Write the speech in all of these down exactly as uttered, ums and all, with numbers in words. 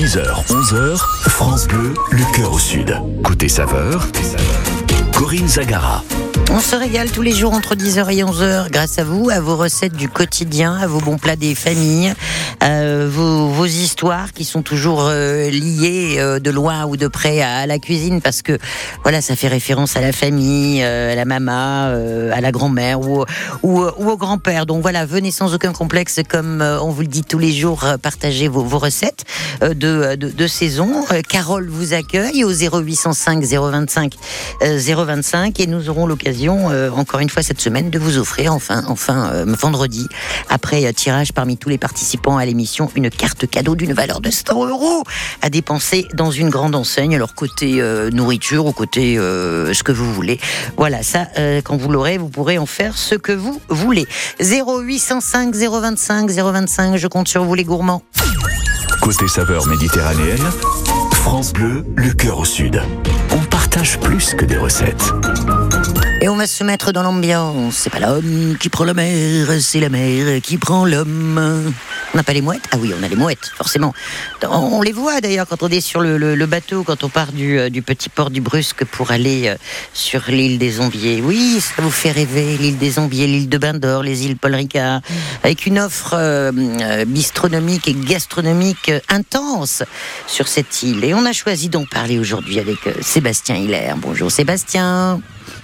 dix heures, onze heures, France Bleu, le cœur au sud. Côté saveur, Corinne Zagara. On se régale tous les jours entre dix heures et onze heures grâce à vous, à vos recettes du quotidien, à vos bons plats des familles, à vos, vos histoires qui sont toujours euh, liées euh, de loin ou de près à, à la cuisine parce que voilà, ça fait référence à la famille, euh, à la maman, euh, à la grand-mère ou, ou, ou au grand-père. Donc voilà, venez sans aucun complexe comme euh, on vous le dit tous les jours, euh, partagez vos, vos recettes euh, de, de, de saison. Euh, Carole vous accueille au zéro huit cent cinq zéro vingt-cinq euh, zéro vingt-cinq et nous aurons l'occasion Euh, encore une fois cette semaine de vous offrir enfin, enfin euh, vendredi après euh, tirage parmi tous les participants à l'émission une carte cadeau d'une valeur de cent euros à dépenser dans une grande enseigne, alors côté euh, nourriture ou côté euh, ce que vous voulez, voilà ça euh, quand vous l'aurez vous pourrez en faire ce que vous voulez. Zéro huit cent cinq zéro vingt-cinq zéro vingt-cinq, je compte sur vous les gourmands. Côté saveur méditerranéenne, France Bleu, le cœur au sud. On partage plus que des recettes. Et on va se mettre dans l'ambiance. C'est pas l'homme qui prend la mer, c'est la mer qui prend l'homme. On n'a pas les mouettes ? Ah oui, on a les mouettes, forcément. On les voit d'ailleurs quand on est sur le, le, le bateau, quand on part du, du petit port du Brusque pour aller sur l'île des Ombiers. Oui, ça vous fait rêver, l'île des Ombiers, l'île de Bain d'Or, les îles Paul Ricard, avec une offre euh, bistronomique et gastronomique intense sur cette île. Et on a choisi d'en parler aujourd'hui avec Sébastien Hilaire. Bonjour Sébastien.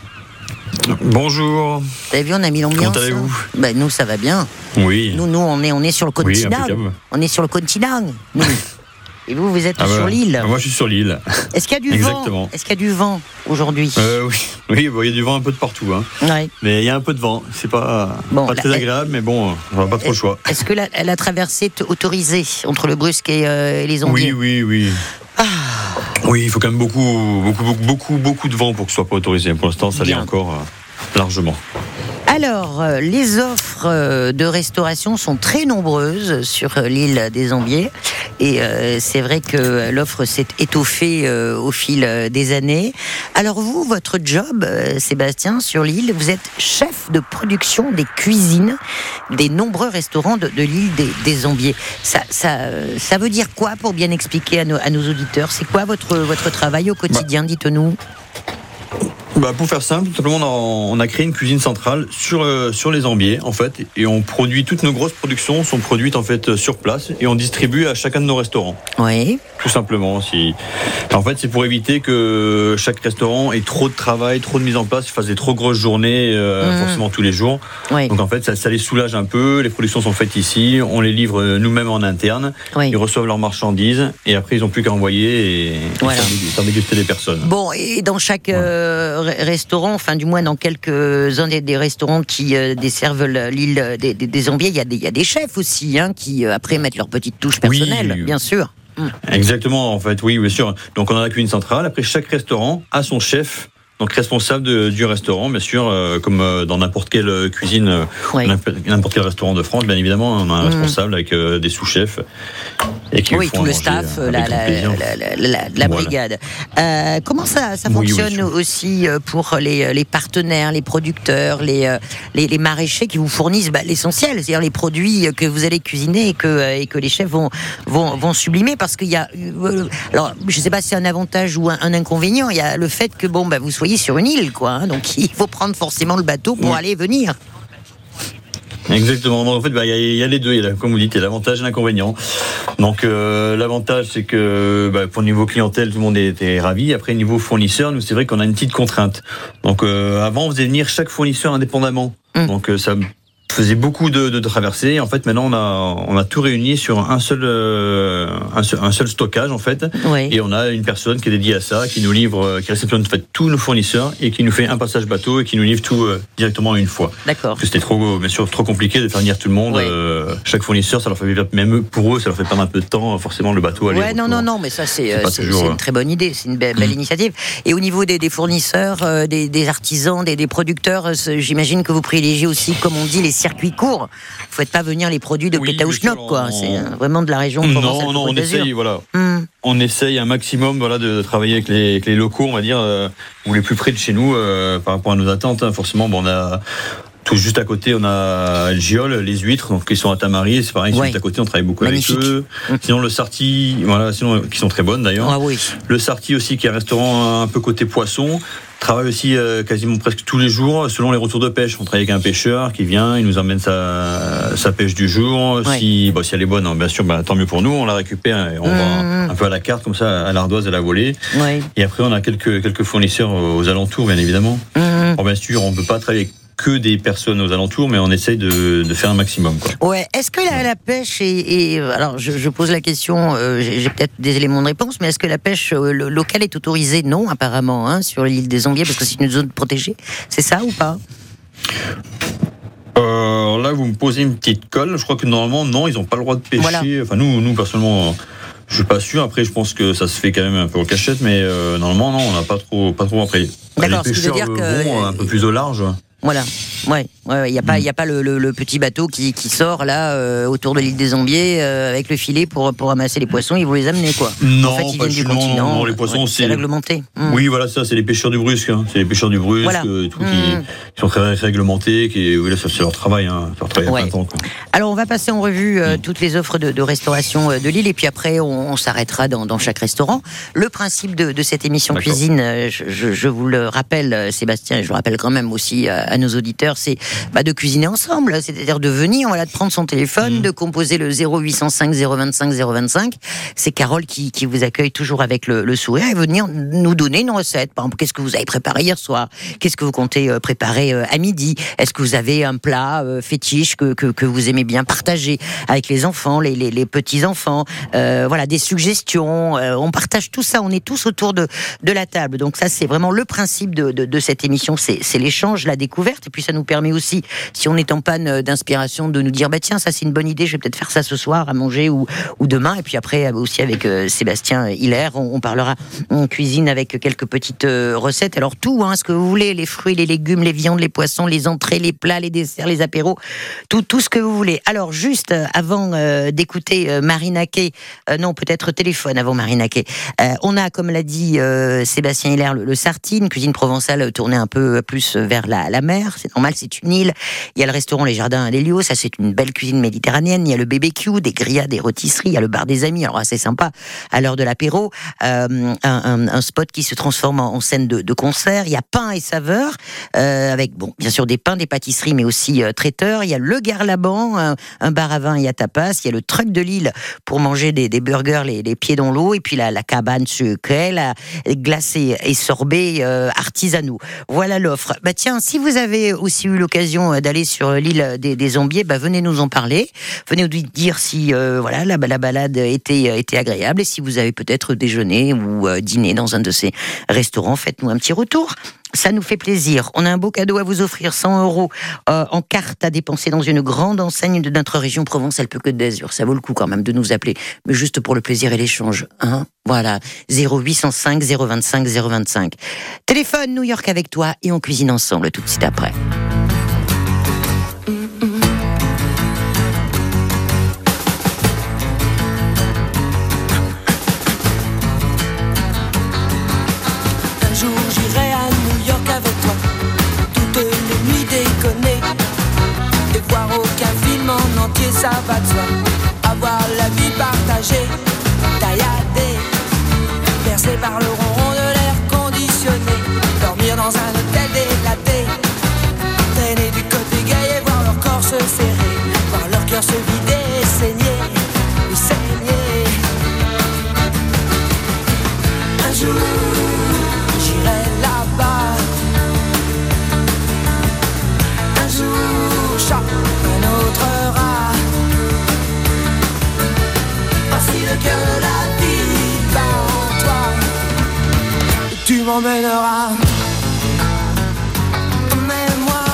Bonjour. Vous avez vu, on a mis l'ambiance. Comment allez-vous ? Ben, nous, ça va bien. Oui. Nous, nous, on est, on est sur le continent. Oui, on est sur le continent. Nous. Et vous, vous êtes ah sur bah, l'île. Moi, je suis sur l'île. Est-ce qu'il y a du Exactement. vent ? Est-ce qu'il y a du vent aujourd'hui ? euh, Oui, oui bon, il y a du vent un peu de partout. Hein. Ouais. Mais il y a un peu de vent. C'est pas, bon, pas la, très agréable, mais bon, on n'a pas trop le choix. Est-ce que la, la traversée est autorisée entre le Brusque et, euh, et les Ombiers ? Oui, oui, oui. Ah. Oui, il faut quand même beaucoup, beaucoup, beaucoup, beaucoup, beaucoup de vent pour que ce soit pas autorisé. Pour l'instant, ça l'est encore euh, largement. Alors, euh, les offres euh, de restauration sont très nombreuses sur euh, l'île des Ombiers. Et euh, c'est vrai que l'offre s'est étoffée euh, au fil euh, des années. Alors vous, votre job, euh, Sébastien, sur l'île, vous êtes chef de production des cuisines des nombreux restaurants de, de l'île des, des Ombiers. Ça, ça, ça veut dire quoi pour bien expliquer à nos, à nos auditeurs ? C'est quoi votre, votre travail au quotidien, bah. dites-nous ? Bah pour faire simple, tout simplement, on a, on a créé une cuisine centrale sur, euh, sur les Ombiers, en fait, et on produit, toutes nos grosses productions sont produites, en fait, sur place, et on distribue à chacun de nos restaurants. Oui. Tout simplement. Si... En fait, c'est pour éviter que chaque restaurant ait trop de travail, trop de mise en place, fasse des trop grosses journées, euh, mmh. forcément tous les jours. Oui. Donc, en fait, ça, ça les soulage un peu, les productions sont faites ici, on les livre nous-mêmes en interne, oui. Ils reçoivent leurs marchandises, et après, ils n'ont plus qu'à envoyer et, voilà. et faire déguster des personnes. Bon, et dans chaque... Voilà. Euh... restaurants, enfin du moins dans quelques-uns des, des restaurants qui euh, desservent l'île des, des, des Ombiers, il y a des, il y a des chefs aussi hein, qui euh, après mettent leur petite touche personnelle, oui, bien sûr. Exactement, en fait, oui, bien sûr. Donc on a la cuisine centrale, après chaque restaurant a son chef, donc responsable de, du restaurant, bien sûr, euh, comme euh, dans n'importe quelle cuisine, euh, oui. n'importe quel restaurant de France, bien évidemment, on a un responsable mmh. avec euh, des sous-chefs. Et qui oui, tout le staff, euh, la, la, la, la, la, la brigade. Voilà. Euh, comment ça, ça fonctionne oui, oui, aussi pour les, les partenaires, les producteurs, les, les, les maraîchers qui vous fournissent bah, l'essentiel, c'est-à-dire les produits que vous allez cuisiner et que, et que les chefs vont, vont, vont sublimer, parce qu'il y a, euh, alors je ne sais pas si c'est un avantage ou un, un inconvénient, il y a le fait que bon, bah, vous soyez sur une île, quoi, hein, donc il faut prendre forcément le bateau pour oui. aller et venir. Exactement. Donc, en fait, bah, y, y a les deux. Il y a, comme vous dites, il y a l'avantage et l'inconvénient. Donc, euh, l'avantage, c'est que bah, pour le niveau clientèle, tout le monde était ravi. Après, niveau fournisseur, nous, c'est vrai qu'on a une petite contrainte. Donc, euh, avant, on faisait venir chaque fournisseur indépendamment. Mmh. Donc, euh, ça faisait beaucoup de, de traversées. En fait, maintenant, on a, on a tout réuni sur un seul, euh, un seul, un seul stockage, en fait. Oui. Et on a une personne qui est dédiée à ça, qui nous livre, qui réceptionne en fait, tous nos fournisseurs et qui nous fait un passage bateau et qui nous livre tout euh, directement une fois. D'accord. Parce que c'était trop, bien sûr, trop compliqué de faire venir tout le monde. Oui. Euh, chaque fournisseur, ça leur fait, même pour eux, ça leur fait perdre un peu de temps, forcément, le bateau aller. Ouais, non, non, non, mais ça, c'est, c'est, c'est, toujours, c'est une très bonne idée, c'est une belle, belle initiative. Et au niveau des, des fournisseurs, euh, des, des artisans, des, des producteurs, euh, j'imagine que vous privilégiez aussi, comme on dit, les circuits courts. Vous ne faites pas venir les produits de oui, Pétaouchnok, quoi. On... C'est vraiment de la région de Provence. Non, non, on essaye, voilà. Mm. On essaye un maximum, voilà, de travailler avec les, avec les locaux, on va dire, euh, ou les plus près de chez nous, euh, par rapport à nos attentes. Hein. Forcément, bon, on a. Tout juste à côté, on a le Giol, les huîtres, donc qui sont à Tamaris, c'est pareil, ouais. Juste à côté, on travaille beaucoup Magnifique. Avec eux. Sinon, le Sarti, voilà, sinon, qui sont très bonnes d'ailleurs. Ah oui. Le Sarti aussi, qui est un restaurant un peu côté poisson, travaille aussi euh, quasiment presque tous les jours, selon les retours de pêche. On travaille avec un pêcheur qui vient, il nous emmène sa, sa pêche du jour. Ouais. Si, bon, si elle est bonne, hein, bien sûr, bah, tant mieux pour nous, on la récupère et on mmh. va un peu à la carte, comme ça, à l'ardoise, à la volée. Ouais. Et après, on a quelques, quelques fournisseurs aux alentours, bien évidemment. Mmh. Bon, bien sûr, on ne peut pas travailler avec que des personnes aux alentours, mais on essaye de, de faire un maximum, quoi. Ouais. Est-ce que la, la pêche est, est alors je, je pose la question, euh, j'ai, j'ai peut-être des éléments de réponse, mais est-ce que la pêche euh, locale est autorisée? Non, apparemment, hein, sur l'île des Zombiers, parce que c'est une zone protégée. C'est ça ou pas? euh, Là, vous me posez une petite colle. Je crois que normalement, non, ils n'ont pas le droit de pêcher. Voilà. Enfin, nous, nous personnellement, je suis pas sûr. Après, je pense que ça se fait quand même un peu en cachette, mais euh, normalement, non, on n'a pas trop, pas trop après. D'accord, les pêcheurs ce qui veut dire que vont un peu plus au large. Voilà, ouais, ouais, il ouais, y a pas, il y a pas le, le, le petit bateau qui, qui sort là euh, autour de l'île des Zombiers euh, avec le filet pour pour ramasser les poissons, ils vont les amener quoi. Non, en fait, ils pas viennent du non, continent. Non, les poissons ouais, c'est, c'est réglementé. Mmh. Oui, voilà, ça, c'est les pêcheurs du Brusque, hein. C'est les pêcheurs du Brusque, voilà. euh, tout, mmh. qui, qui sont très réglementés, qui, oui, là, ça, c'est leur travail, hein, leur travail ouais. à plein temps. Quoi. Alors, on va passer en revue euh, mmh. toutes les offres de, de restauration de l'île, et puis après, on, on s'arrêtera dans, dans chaque restaurant. Le principe de, de cette émission D'accord. cuisine, je, je, je vous le rappelle, Sébastien, et je le rappelle quand même aussi à, à nos auditeurs, c'est bah, de cuisiner ensemble, c'est-à-dire de venir, voilà, de prendre son téléphone, mmh. de composer le zéro huit cent cinq zéro vingt-cinq zéro vingt-cinq. C'est Carole qui, qui vous accueille toujours avec le, le sourire et venir nous donner une recette. Par exemple, qu'est-ce que vous avez préparé hier soir? Qu'est-ce que vous comptez préparer à midi? Est-ce que vous avez un plat fétiche que, que, que vous aimez bien partager avec les enfants, les, les, les petits-enfants? euh, Voilà, des suggestions. Euh, on partage tout ça, on est tous autour de, de la table. Donc ça, c'est vraiment le principe de, de, de cette émission, c'est, c'est l'échange, la découverte. Et puis ça nous permet aussi, si on est en panne d'inspiration, de nous dire bah tiens, ça c'est une bonne idée, je vais peut-être faire ça ce soir à manger ou, ou demain. Et puis après aussi avec euh, Sébastien Hilaire, on, on parlera en cuisine avec quelques petites euh, recettes. Alors tout, hein, ce que vous voulez, les fruits, les légumes, les viandes, les poissons, les entrées, les plats, les desserts, les apéros, tout, tout ce que vous voulez. Alors juste euh, avant euh, d'écouter euh, Marina Kay, euh, non peut-être téléphone avant Marina Kay, euh, on a comme l'a dit euh, Sébastien Hilaire le, le Sarti, une cuisine provençale tournée un peu plus vers la, la mer, c'est normal, c'est une île. Il y a le restaurant Les Jardins à l'Hélios, ça c'est une belle cuisine méditerranéenne. Il y a le B B Q, des grillades, des rôtisseries. Il y a le bar des amis, alors assez sympa à l'heure de l'apéro. Euh, un, un, un spot qui se transforme en scène de, de concert. Il y a pain et saveurs euh, avec bon bien sûr des pains, des pâtisseries, mais aussi euh, traiteurs. Il y a le Garlaban, un, un bar à vin et à tapas. Il y a le truc de Lille pour manger des, des burgers les, les pieds dans l'eau. Et puis la, la cabane sucrée, la glace et, et sorbet euh, artisanaux. Voilà l'offre. Bah tiens, si vous avez aussi eu l'occasion d'aller sur l'île des, des Zombiers, bah venez nous en parler. Venez nous dire si euh, voilà la, la balade était, était agréable et si vous avez peut-être déjeuné ou euh, dîné dans un de ces restaurants. Faites-nous un petit retour. Ça nous fait plaisir. On a un beau cadeau à vous offrir, cent euros euh, en carte à dépenser dans une grande enseigne de notre région Provence-Alpes-Côte d'Azur. Ça vaut le coup quand même de nous appeler, mais juste pour le plaisir et l'échange. Hein, voilà, zéro huit cent cinq zéro vingt-cinq zéro vingt-cinq. Téléphone New York avec toi et on cuisine ensemble tout de suite après. Ça va de soi, avoir la vie partagée, tailladée, bercée par le ronron de l'air conditionné, dormir dans un hôtel délaté, traîner du côté gay et voir leur corps se serrer, voir leur cœur se vider et saigner, et saigner. Un jour, j'irai là-bas, un jour, chaque un autre rat. Que la vie va en toi, et tu m'emmèneras. Emmène-moi.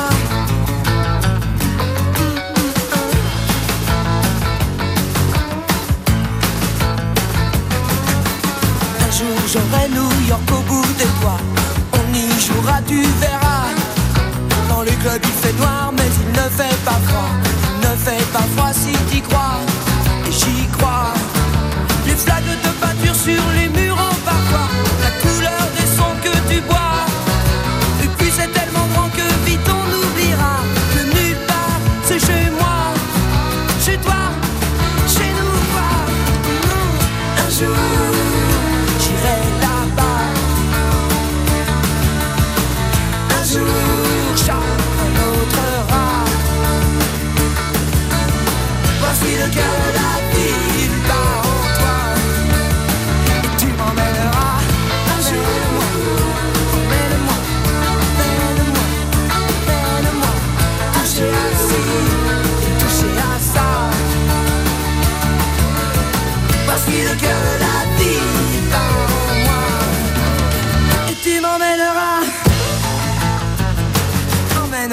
Un jour j'aurai New York au bout des doigts. On y jouera, tu verras. Dans les clubs il fait noir, mais il ne fait pas froid. Il ne fait pas froid si t'y crois. Et j'y crois. Les flaques de peinture sur les murs en parfois, la couleur des sons que tu bois. Et puis c'est tellement grand que vite on oubliera. Le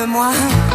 moi.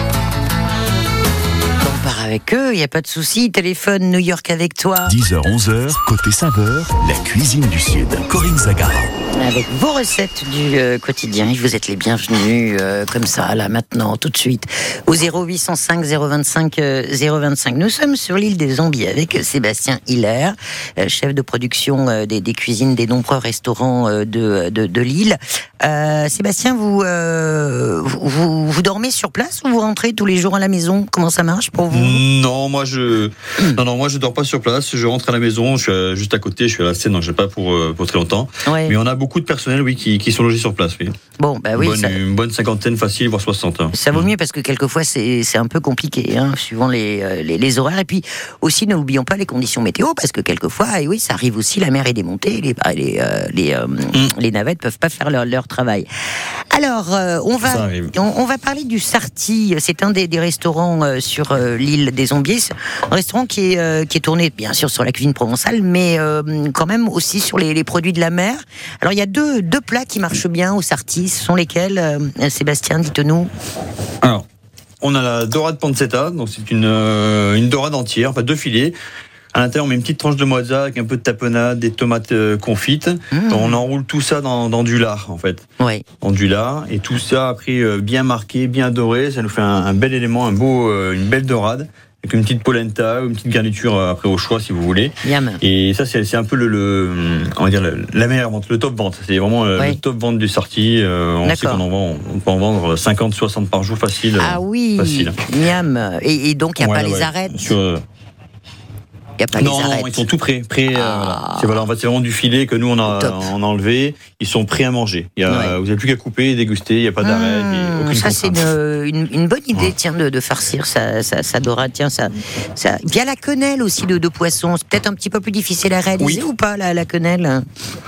On part avec eux, il n'y a pas de souci. Téléphone New York avec toi. dix heures onze heures, côté saveur, la cuisine du Sud. Corinne Zagara. Avec vos recettes du euh, quotidien. Vous êtes les bienvenus euh, comme ça, là, maintenant, tout de suite, au zéro huit cent cinq zéro vingt-cinq zéro vingt-cinq. Nous sommes sur l'île des Zombies avec Sébastien Hiller, euh, chef de production euh, des, des cuisines des nombreux restaurants euh, de, de, de l'île. Euh, Sébastien, vous, euh, vous, vous, vous dormez sur place ou vous rentrez tous les jours à la maison? Comment ça marche pour vous? Non, moi je, non, non, moi je dors pas sur place. Je rentre à la maison. Je suis à- juste à côté. Je suis à la scène, donc je vais pas pour euh, pour très longtemps. Ouais. Mais on a beaucoup de personnel, oui, qui, qui sont logés sur place. Oui. Bon, bah oui, une, bonne, ça, une bonne cinquantaine facile, voire soixante. hein. ça vaut mieux parce que quelquefois c'est c'est un peu compliqué, hein, suivant les, euh, les les horaires. Et puis aussi, n'oublions pas les conditions météo, parce que quelquefois, et oui, ça arrive aussi, la mer est démontée, les les euh, les, euh, les navettes peuvent pas faire leur leur travail. Alors, euh, on Ça va arrive. on, on va parler du Sarti. C'est un des, des restaurants euh, sur euh, l'île des Zombies, un restaurant qui est euh, qui est tourné bien sûr sur la cuisine provençale, mais euh, quand même aussi sur les, les produits de la mer. Alors, il y a deux deux plats qui marchent bien au Sarti. Ce sont lesquels, euh, Sébastien? Dites-nous. Alors, on a la dorade pancetta, donc c'est une euh, une dorade entière, enfin deux filets. À l'intérieur, on met une petite tranche de mozza avec un peu de tapenade, des tomates euh, confites. Mmh. On enroule tout ça dans, dans du lard, en fait. Ouais. En du lard. Et tout ça, après, euh, bien marqué, bien doré. Ça nous fait un, un bel élément, un beau, euh, une belle dorade. Avec une petite polenta, une petite garniture euh, après au choix, si vous voulez. Miam. Et ça, c'est, c'est un peu le, le, on va dire, le- la meilleure vente, le top vente. C'est vraiment euh, Ouais. le top vente du Sarti. Euh, on sait D'accord. qu'on en vend, on peut en vendre cinquante, soixante par jour facile. euh, Ah oui, Facile. miam. Et, et donc, il n'y a Ouais, pas les ouais. arêtes. Sur, euh, Il n'y a pas non, les non, arêtes. ils sont tout prêts. prêts euh, Ah. voilà. C'est, voilà, en fait, c'est vraiment du filet que nous, on a, Top. on a enlevé. Ils sont prêts à manger. Il y a, Ouais. Vous n'avez plus qu'à couper et déguster. Il n'y a pas d'arrêt. il y a Mmh, aucune ça c'est contrainte. une, une, une bonne idée, Ouais. tiens, de, de farcir ça, ça, ça dorade, tiens, ça, ça. Il y a la quenelle aussi de, de poisson. C'est peut-être un petit peu plus difficile à réaliser Oui. ou pas la, la quenelle?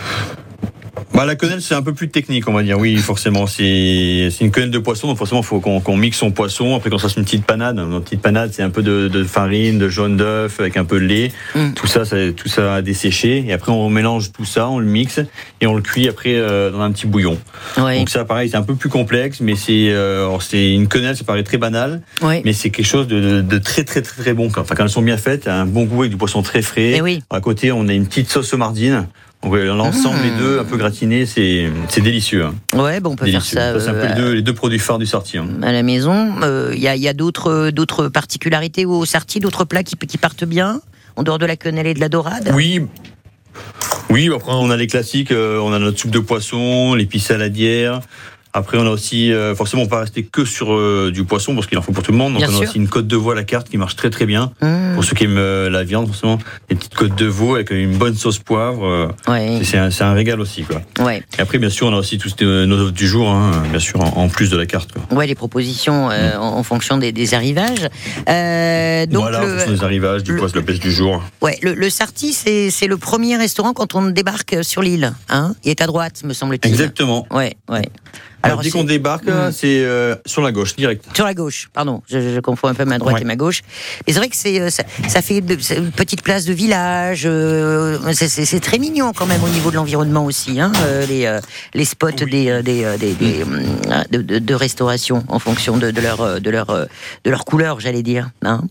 Bah, la quenelle, c'est un peu plus technique, on va dire. Oui, forcément. C'est, c'est une quenelle de poisson, donc forcément, il faut qu'on, qu'on mixe son poisson. Après, qu'on fasse une petite panade. Une petite panade, c'est un peu de, de farine, de jaune d'œuf, avec un peu de lait. Mm. Tout ça, ça, tout ça à dessécher. Et après, on mélange tout ça, on le mixe et on le cuit après euh, dans un petit bouillon. Oui, Donc ça, pareil, c'est un peu plus complexe, mais c'est, euh, alors, c'est une quenelle, ça paraît très banal, oui. mais c'est quelque chose de, de, de très, très, très, très bon. Enfin, quand elles sont bien faites, un bon goût avec du poisson très frais. Eh oui. À côté, on a une petite sauce mardine. Donc, ouais, l'ensemble, Mmh. les deux, un peu gratinés, c'est, c'est délicieux. hein. Ouais, bon, on peut Délicieux. faire ça, c'est un peu euh, les deux, les deux produits phares du Sarti. hein. à la maison. Il y a, y a d'autres, d'autres particularités au Sarti, d'autres plats qui, qui partent bien, en dehors de la quenelle et de la dorade? Oui. Oui, après, on a les classiques. euh, on a notre soupe de poisson, l'épice saladière. Après, on a aussi, euh, forcément, on ne va pas rester que sur euh, du poisson, parce qu'il en faut pour tout le monde. Donc, Bien on a sûr. aussi une côte de veau à la carte qui marche très très bien. Mmh, Pour ceux qui aiment euh, la viande, forcément, des petites côtes de veau avec une bonne sauce poivre. euh, ouais, c'est, un, c'est un régal aussi, quoi. ouais. Et après, bien sûr, on a aussi tous euh, nos offres du jour, hein, bien sûr, en, en plus de la carte. Quoi. Ouais, les propositions euh, en, en fonction des, des arrivages. Euh, donc voilà, le, en fonction des arrivages, du le- poisson, de la pêche du jour. ouais, le, le Sarti, c'est, c'est le premier restaurant quand on débarque sur l'île. Hein, il est à droite, me semble-t-il. Exactement. Ouais, ouais. Alors, Alors, dès c'est- qu'on débarque, Mmh. c'est euh, sur la gauche, direct. Sur la gauche, pardon, je, je confonds un peu ma droite Ouais. et ma gauche. Et c'est vrai que c'est, euh, ça, ça fait de, c'est une petite place de village. euh, c'est, c'est, c'est très mignon quand même au niveau de l'environnement aussi, hein, euh, les, euh, les spots Oui. des, euh, des, euh, des, des, hum, de, de, de restauration en fonction de, de leur, euh, de leur, euh, de leur couleur, j'allais dire. Hein.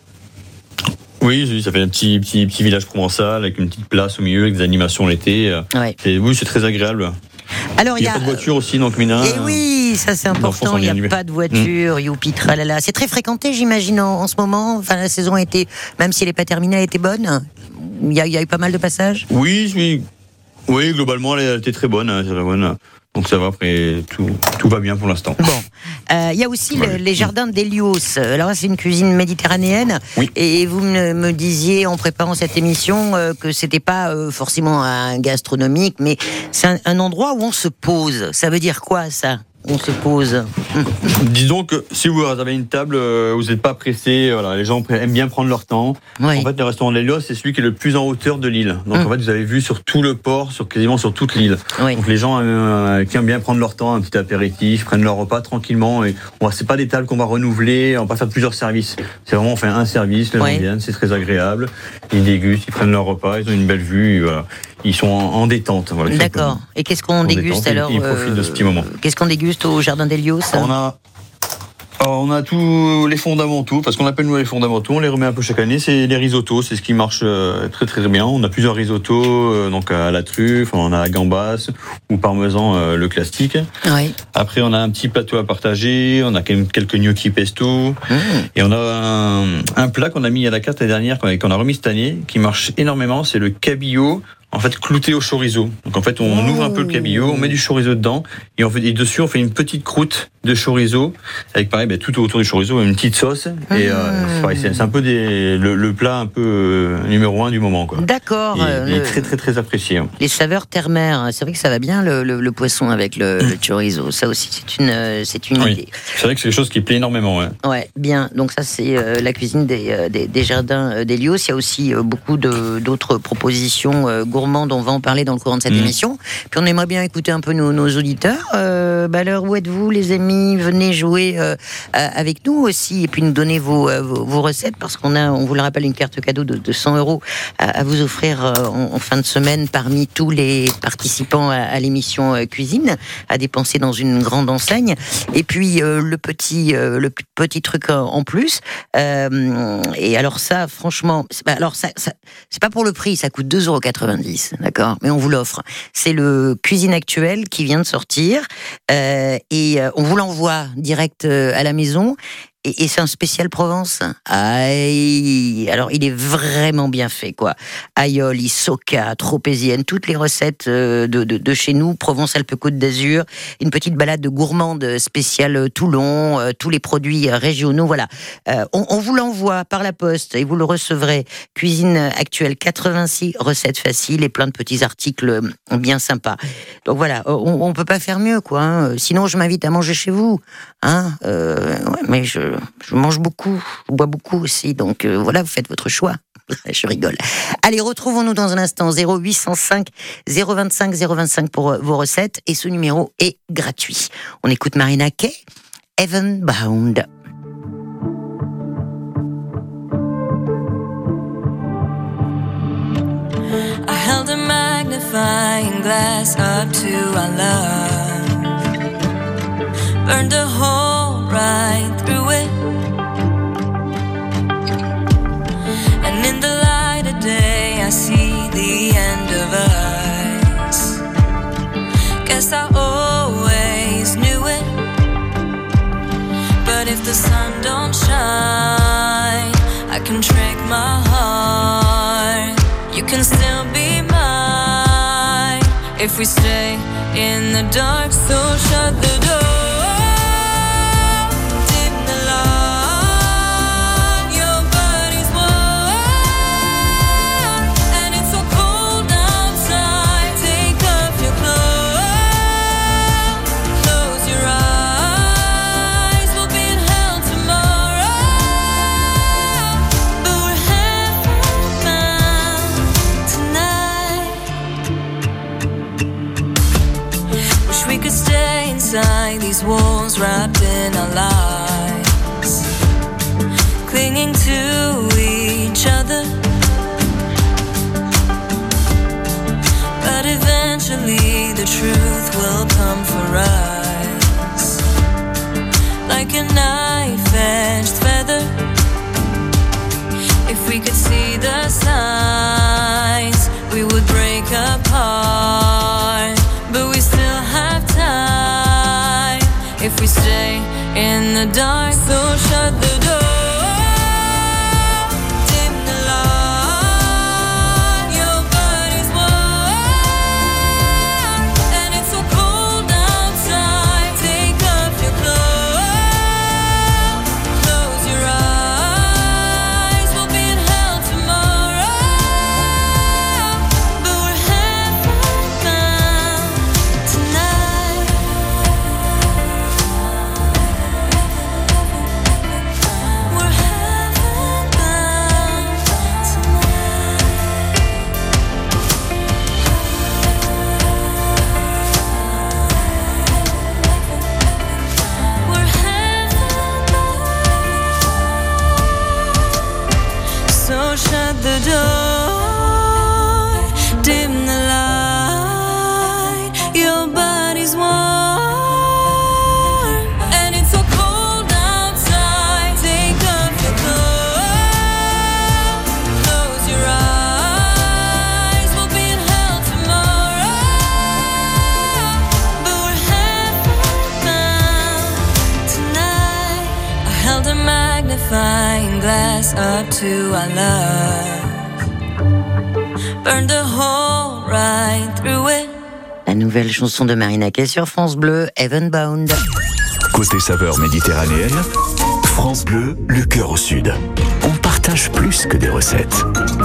Oui, j'ai vu, ça fait un petit, petit, petit village provençal avec une petite place au milieu, avec des animations l'été. euh, Ouais. Et oui, c'est très agréable. Alors Il n'y a pas de voiture aussi, donc Mina. Et oui, ça c'est important, il n'y a ennuyé. pas de voiture, youpi, tralala. C'est très fréquenté, j'imagine, en, en ce moment. Enfin, la saison a été, même si elle n'est pas terminée, elle était bonne. Il y, a, il y a eu pas mal de passages. Oui, oui. Oui, globalement, elle était très bonne. hein, très bonne. Donc ça va, après, tout, tout va bien pour l'instant. Bon, Euh, il y a aussi le- Ouais. les jardins d'Hélios. Alors là, c'est une cuisine méditerranéenne. Oui. Et vous me, me disiez en préparant cette émission euh, que c'était pas euh, forcément un gastronomique, mais c'est un, un endroit où on se pose. Ça veut dire quoi ça? On se pose. Disons que si vous avez une table, euh, vous n'êtes pas pressé, voilà, les gens aiment bien prendre leur temps. Oui. En fait, le restaurant de l'Hélios, c'est celui qui est le plus en hauteur de l'île. Donc Mm. en fait, vous avez vu sur tout le port, sur quasiment sur toute l'île. Oui. Donc les gens euh, qui aiment bien prendre leur temps, un petit apéritif, prennent leur repas tranquillement. Et on va, c'est pas des tables qu'on va renouveler, on va pas faire plusieurs services. C'est vraiment on fait un service, les gens Oui. viennent, c'est très agréable. Ils dégustent, ils prennent leur repas, ils ont une belle vue, et voilà. Ils sont en, en détente. Voilà, D'accord. Et qu'est-ce qu'on En déguste détente, et alors ils profitent de ce petit moment. Qu'est-ce qu'on déguste au jardin d'Hélios? On a Alors, on a tous les fondamentaux, parce qu'on appelle nous les fondamentaux, on les remet un peu chaque année, c'est les risottos, c'est ce qui marche euh, très très bien. On a plusieurs risottos, euh, donc à la truffe, on a la gambas ou parmesan, euh, le classique. Oui. Après, on a un petit plateau à partager, on a quelques gnocchi pesto, mmh. et on a un, un plat qu'on a mis à la carte l'année dernière, qu'on a, qu'on a remis cette année, qui marche énormément, c'est le cabillaud. En fait, clouté au chorizo. Donc en fait, on oh. ouvre un peu le cabillaud, on met du chorizo dedans, et, on fait, et dessus, on fait une petite croûte de chorizo, avec pareil, ben, tout autour du chorizo, une petite sauce. Mmh. Et euh, c'est, pareil, c'est, c'est un peu des, le, le plat un peu euh, numéro un du moment, quoi. D'accord. Il, euh, il est très très très apprécié. Hein. Les saveurs terre-mer, c'est vrai que ça va bien le, le, le poisson avec le, mmh. le chorizo. Ça aussi, c'est une, c'est une oui. idée. C'est vrai que c'est quelque chose qui plaît énormément. Ouais, ouais bien. Donc ça, c'est euh, la cuisine des, des, des jardins d'Hélios. Il y a aussi euh, beaucoup de, d'autres propositions euh, gourmandes. On va en parler dans le courant de cette mmh. émission. Puis on aimerait bien écouter un peu nos, nos auditeurs. Euh, bah alors, où êtes-vous, les amis? Venez jouer euh, avec nous aussi, et puis nous donner vos, vos, vos recettes, parce qu'on a, on vous le rappelle, une carte cadeau de, de cent euros à, à vous offrir euh, en, en fin de semaine parmi tous les participants à, à l'émission euh, Cuisine, à dépenser dans une grande enseigne. Et puis euh, le petit, euh, le petit truc en, en plus. Euh, et alors ça, franchement, c'est pas, alors ça, ça, c'est pas pour le prix, ça coûte deux euros quatre-vingt-dix, d'accord, mais on vous l'offre. C'est le Cuisine Actuelle qui vient de sortir, euh, et euh, on vous l'envoie direct euh, à la maison. Et, et c'est un spécial Provence. Aïe. Alors, il est vraiment bien fait, quoi. Aioli, soca, tropézienne, toutes les recettes de, de, de chez nous, Provence-Alpes-Côte d'Azur, une petite balade gourmande spéciale Toulon, euh, tous les produits régionaux, voilà. Euh, on, on vous l'envoie par la poste et vous le recevrez. Cuisine Actuelle, quatre-vingt-six recettes faciles et plein de petits articles bien sympas. Donc voilà, on, on peut pas faire mieux, quoi. Hein. Sinon, je m'invite à manger chez vous. Hein. Euh, ouais, mais je Je mange beaucoup, je bois beaucoup aussi, donc euh, voilà, vous faites votre choix. Je rigole. Allez, retrouvons-nous dans un instant, zéro huit cent cinq zéro vingt-cinq zéro vingt-cinq pour vos recettes, et ce numéro est gratuit. On écoute Marina Kaye, Heaven Bound. I held a magnifying glass up to our love, burned a hole right through it, and in the light of day I see the end of us. Guess I always knew it, but if the sun don't shine, I can trick my heart. You can still be mine if we stay in the dark, so shut the door. These walls wrapped in our lies, clinging to each other, but eventually the truth will come for us, like a knife-edged feather. If we could see the signs, we would break apart, but we still have time if we stay in the dark, so shut the door. Dim the light, your body's warm, and it's so cold outside. Take off your clothes, close your eyes, we'll be in hell tomorrow, but we're heaven bound tonight. us up to our love. Burn the hole right through it. La nouvelle chanson de Marina Kaye sur France Bleu, Heavenbound. Côté saveur méditerranéenne, France Bleu, le cœur au sud. On partage plus que des recettes.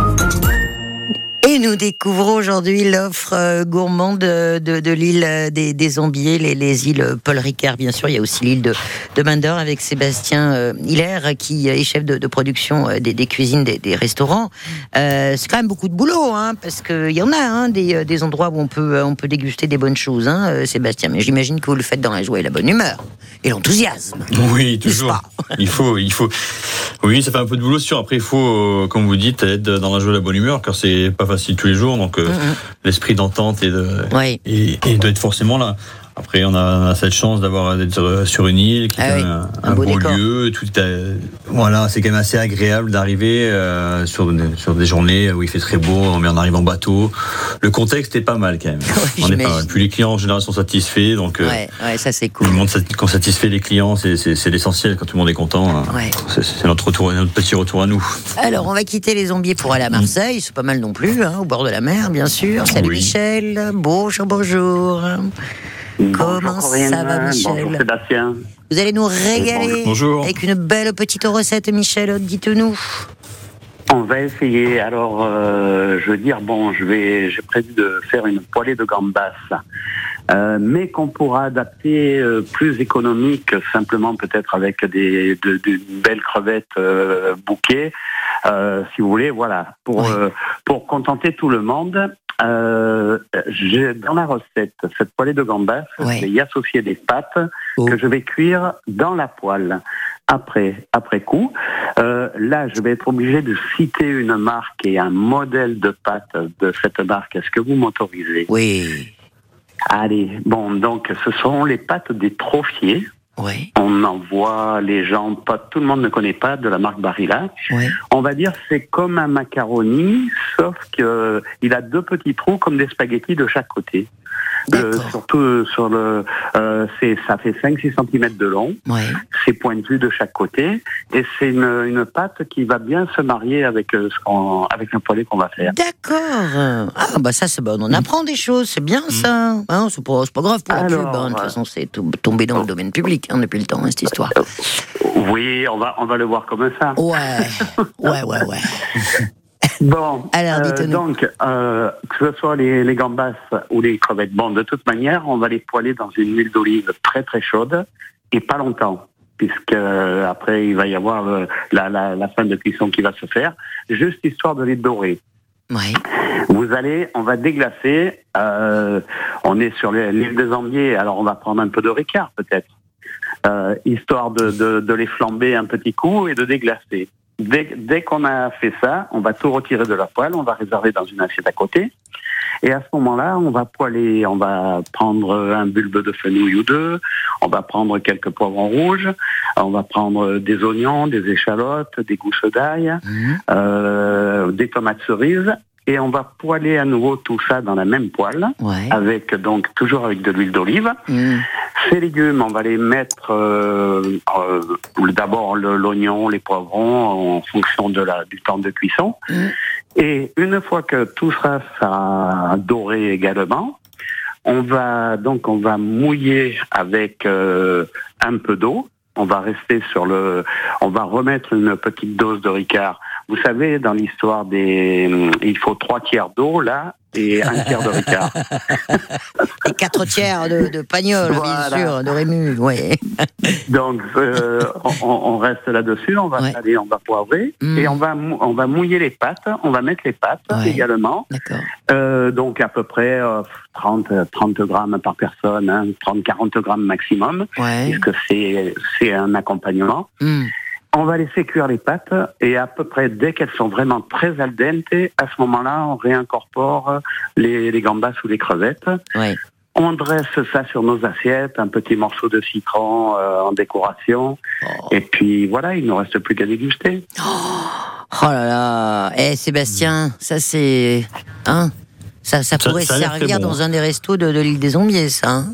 Et nous découvrons aujourd'hui l'offre euh, gourmande de, de, de l'île des, des Ambiers, les, les îles Paul Ricard, bien sûr. Il y a aussi l'île de, de Main-d'Or avec Sébastien euh, Hilaire, qui est chef de, de production euh, des, des cuisines des, des restaurants. Euh, c'est quand même beaucoup de boulot, hein, parce qu'il y en a hein, des, des endroits où on peut, on peut déguster des bonnes choses, hein, euh, Sébastien. Mais j'imagine que vous le faites dans la joie et la bonne humeur. Et l'enthousiasme. Oui, toujours. Il faut, il faut. Oui, ça fait un peu de boulot, sûr. Après, il faut, euh, comme vous dites, être dans la joie et la bonne humeur, car c'est pas facile tous les jours. Donc, euh, mm-hmm. l'esprit d'entente et de, oui. et, et doit être forcément là. Après, on a, on a cette chance d'avoir d'être sur une île qui ah est oui, un, un, un beau, beau décor. lieu. Tout est, voilà, c'est quand même assez agréable d'arriver euh, sur, sur des journées où il fait très beau, mais on arrive en bateau. Le contexte est pas mal quand même. Oui, on est pas mal. Puis les clients en général sont satisfaits, donc ouais, euh, ouais, ça c'est cool. Tout le monde qu'on satisfait les clients, c'est, c'est, c'est l'essentiel quand tout le monde est content. Ouais. C'est, c'est notre retour, notre petit retour à nous. Alors, on va quitter les Ambiers pour aller à Marseille. C'est pas mal non plus, hein, au bord de la mer, bien sûr. Salut oui. Michel. Bonjour, bonjour. Bonjour, Comment Corinne. ça va, Michel? Bonjour, Sébastien. Vous allez nous régaler bonjour. avec une belle petite recette, Michel. Dites-nous. On va essayer. Alors, euh, je veux dire, bon, je vais, j'ai prévu de faire une poêlée de gambas, euh, mais qu'on pourra adapter euh, plus économique, simplement peut-être avec des, de, de belles crevettes euh, bouquets, euh, si vous voulez, voilà, pour ouais. euh, pour contenter tout le monde. Euh, j'ai, dans la recette, cette poêlée de gambas, ouais. je vais y associer des pâtes oh. que je vais cuire dans la poêle. Après, après coup, euh, là, je vais être obligé de citer une marque et un modèle de pâte de cette marque. Est-ce que vous m'autorisez? Oui. Allez, bon, donc, ce sont les pâtes des Trophiers. Oui. On en voit les gens, pas tout le monde ne connaît pas, de la marque Barilla. Oui. On va dire c'est comme un macaroni, sauf que il a deux petits trous comme des spaghettis de chaque côté. Euh, surtout sur le, euh, c'est, ça fait cinq six centimètres de long. Ouais. C'est pointu de chaque côté et c'est une, une pâte qui va bien se marier avec euh, ce qu'on, avec un poêlé qu'on va faire. D'accord. Ah bah ça c'est bon, on apprend des choses, c'est bien ça. Hein, c'est, pas, c'est pas grave pour la Alors, pub. Hein. De toute façon, c'est tout, tombé dans le domaine public hein, depuis le temps hein, cette histoire. Oui, on va, on va le voir comme ça. Ouais, ouais, ouais, ouais. Bon, alors, euh, donc, euh, que ce soit les, les gambas ou les crevettes, bon, de toute manière, on va les poêler dans une huile d'olive très très chaude et pas longtemps, puisque euh, après il va y avoir euh, la, la, la fin de cuisson qui va se faire, juste histoire de les dorer. Ouais. Vous allez, on va déglacer, euh, on est sur l'île des Ambiers, alors on va prendre un peu de Ricard peut-être, euh, histoire de, de, de les flamber un petit coup et de déglacer. Dès, dès qu'on a fait ça, on va tout retirer de la poêle, on va réserver dans une assiette à côté. Et à ce moment-là, on va poêler, on va prendre un bulbe de fenouil ou deux, on va prendre quelques poivrons rouges, on va prendre des oignons, des échalotes, des gousses d'ail, mmh. euh, des tomates cerises. Et on va poêler à nouveau tout ça dans la même poêle, ouais. avec donc toujours avec de l'huile d'olive. Mmh. Ces légumes, on va les mettre euh, euh, d'abord le, l'oignon, les poivrons en fonction de la du temps de cuisson. Mmh. Et une fois que tout ça sera doré également, on va donc on va mouiller avec euh, un peu d'eau. On va rester sur le, on va remettre une petite dose de Ricard. Vous savez, dans l'histoire des, il faut trois tiers d'eau là et un tiers de Ricard. Et quatre tiers de, de Pagnol, voilà. Bien sûr, de Rému, oui. Donc euh, on, on reste là-dessus, on va ouais. aller, on va poivrer mmh. et on va on va mouiller les pâtes, on va mettre les pâtes ouais. également. D'accord. Euh, donc à peu près euh, trente grammes par personne, hein, trente à quarante grammes maximum, ouais. puisque c'est c'est un accompagnement. Mmh. On va laisser cuire les pâtes et à peu près dès qu'elles sont vraiment très al dente, à ce moment-là, on réincorpore les, les gambas ou les crevettes. Oui. On dresse ça sur nos assiettes, un petit morceau de citron euh, en décoration. Oh. Et puis voilà, il ne nous reste plus qu'à déguster. Oh, oh là là. Eh hey, Sébastien, ça c'est... Hein ça, ça pourrait ça, ça servir bon. Dans un des restos de, de l'île des Ambiers, ça hein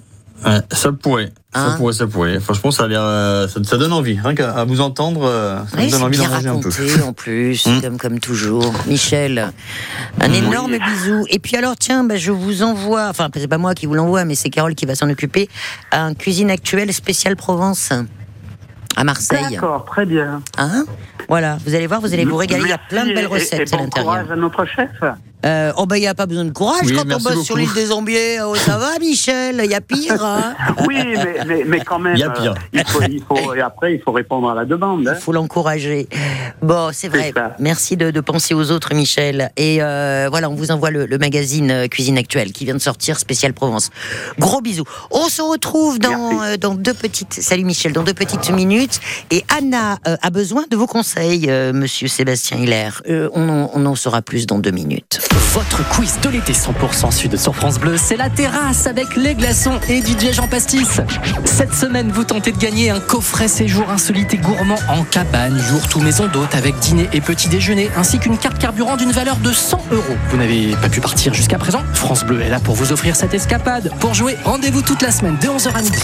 Ouais, ça pourrait. Hein ça pourrait, ça pourrait. Franchement, ça a l'air, euh, ça, ça donne envie. Rien qu'à à vous entendre, euh, ça Oui, me donne c'est envie bien d'en manger un peu. raconté en plus, Mm. comme, comme toujours. Michel, un énorme bisou. Et puis alors, tiens, bah, je vous envoie, enfin, c'est pas moi qui vous l'envoie, mais c'est Carole qui va s'en occuper, un Cuisine Actuelle spéciale Provence à Marseille. D'accord, très bien. Hein voilà, vous allez voir, vous allez vous régaler. Il y a plein de belles Merci, et- recettes et à bon l'intérieur. courage à notre chef. Euh, oh ben il n'y a pas besoin de courage Oui, quand on merci bosse beaucoup. sur l'île des Ambiers. Oh, ça va Michel, il y a pire. Hein Oui, mais, mais, mais quand même, Il y a pire. euh, il faut, il faut, et après, il faut répondre à la demande. Hein. Il faut l'encourager. Bon, c'est vrai. C'est ça. Merci de, de penser aux autres, Michel. Et euh, voilà, on vous envoie le, le magazine euh, Cuisine Actuelle qui vient de sortir, spécial Provence. Gros bisous. On se retrouve dans, euh, dans deux petites. Salut Michel, dans deux petites minutes. Et Anna euh, a besoin de vos conseils, euh, Monsieur Sébastien Hilaire. Euh, on, en, on en saura plus dans deux minutes. Votre quiz de l'été cent pour cent sud sur France Bleu, c'est la terrasse avec les glaçons et D J Jean Pastis. Cette semaine, vous tentez de gagner un coffret séjour insolite et gourmand en cabane, jour tout maison d'hôte avec dîner et petit déjeuner, ainsi qu'une carte carburant d'une valeur de cent euros. Vous n'avez pas pu partir jusqu'à présent? France Bleu est là pour vous offrir cette escapade. Pour jouer, rendez-vous toute la semaine de onze heures à midi.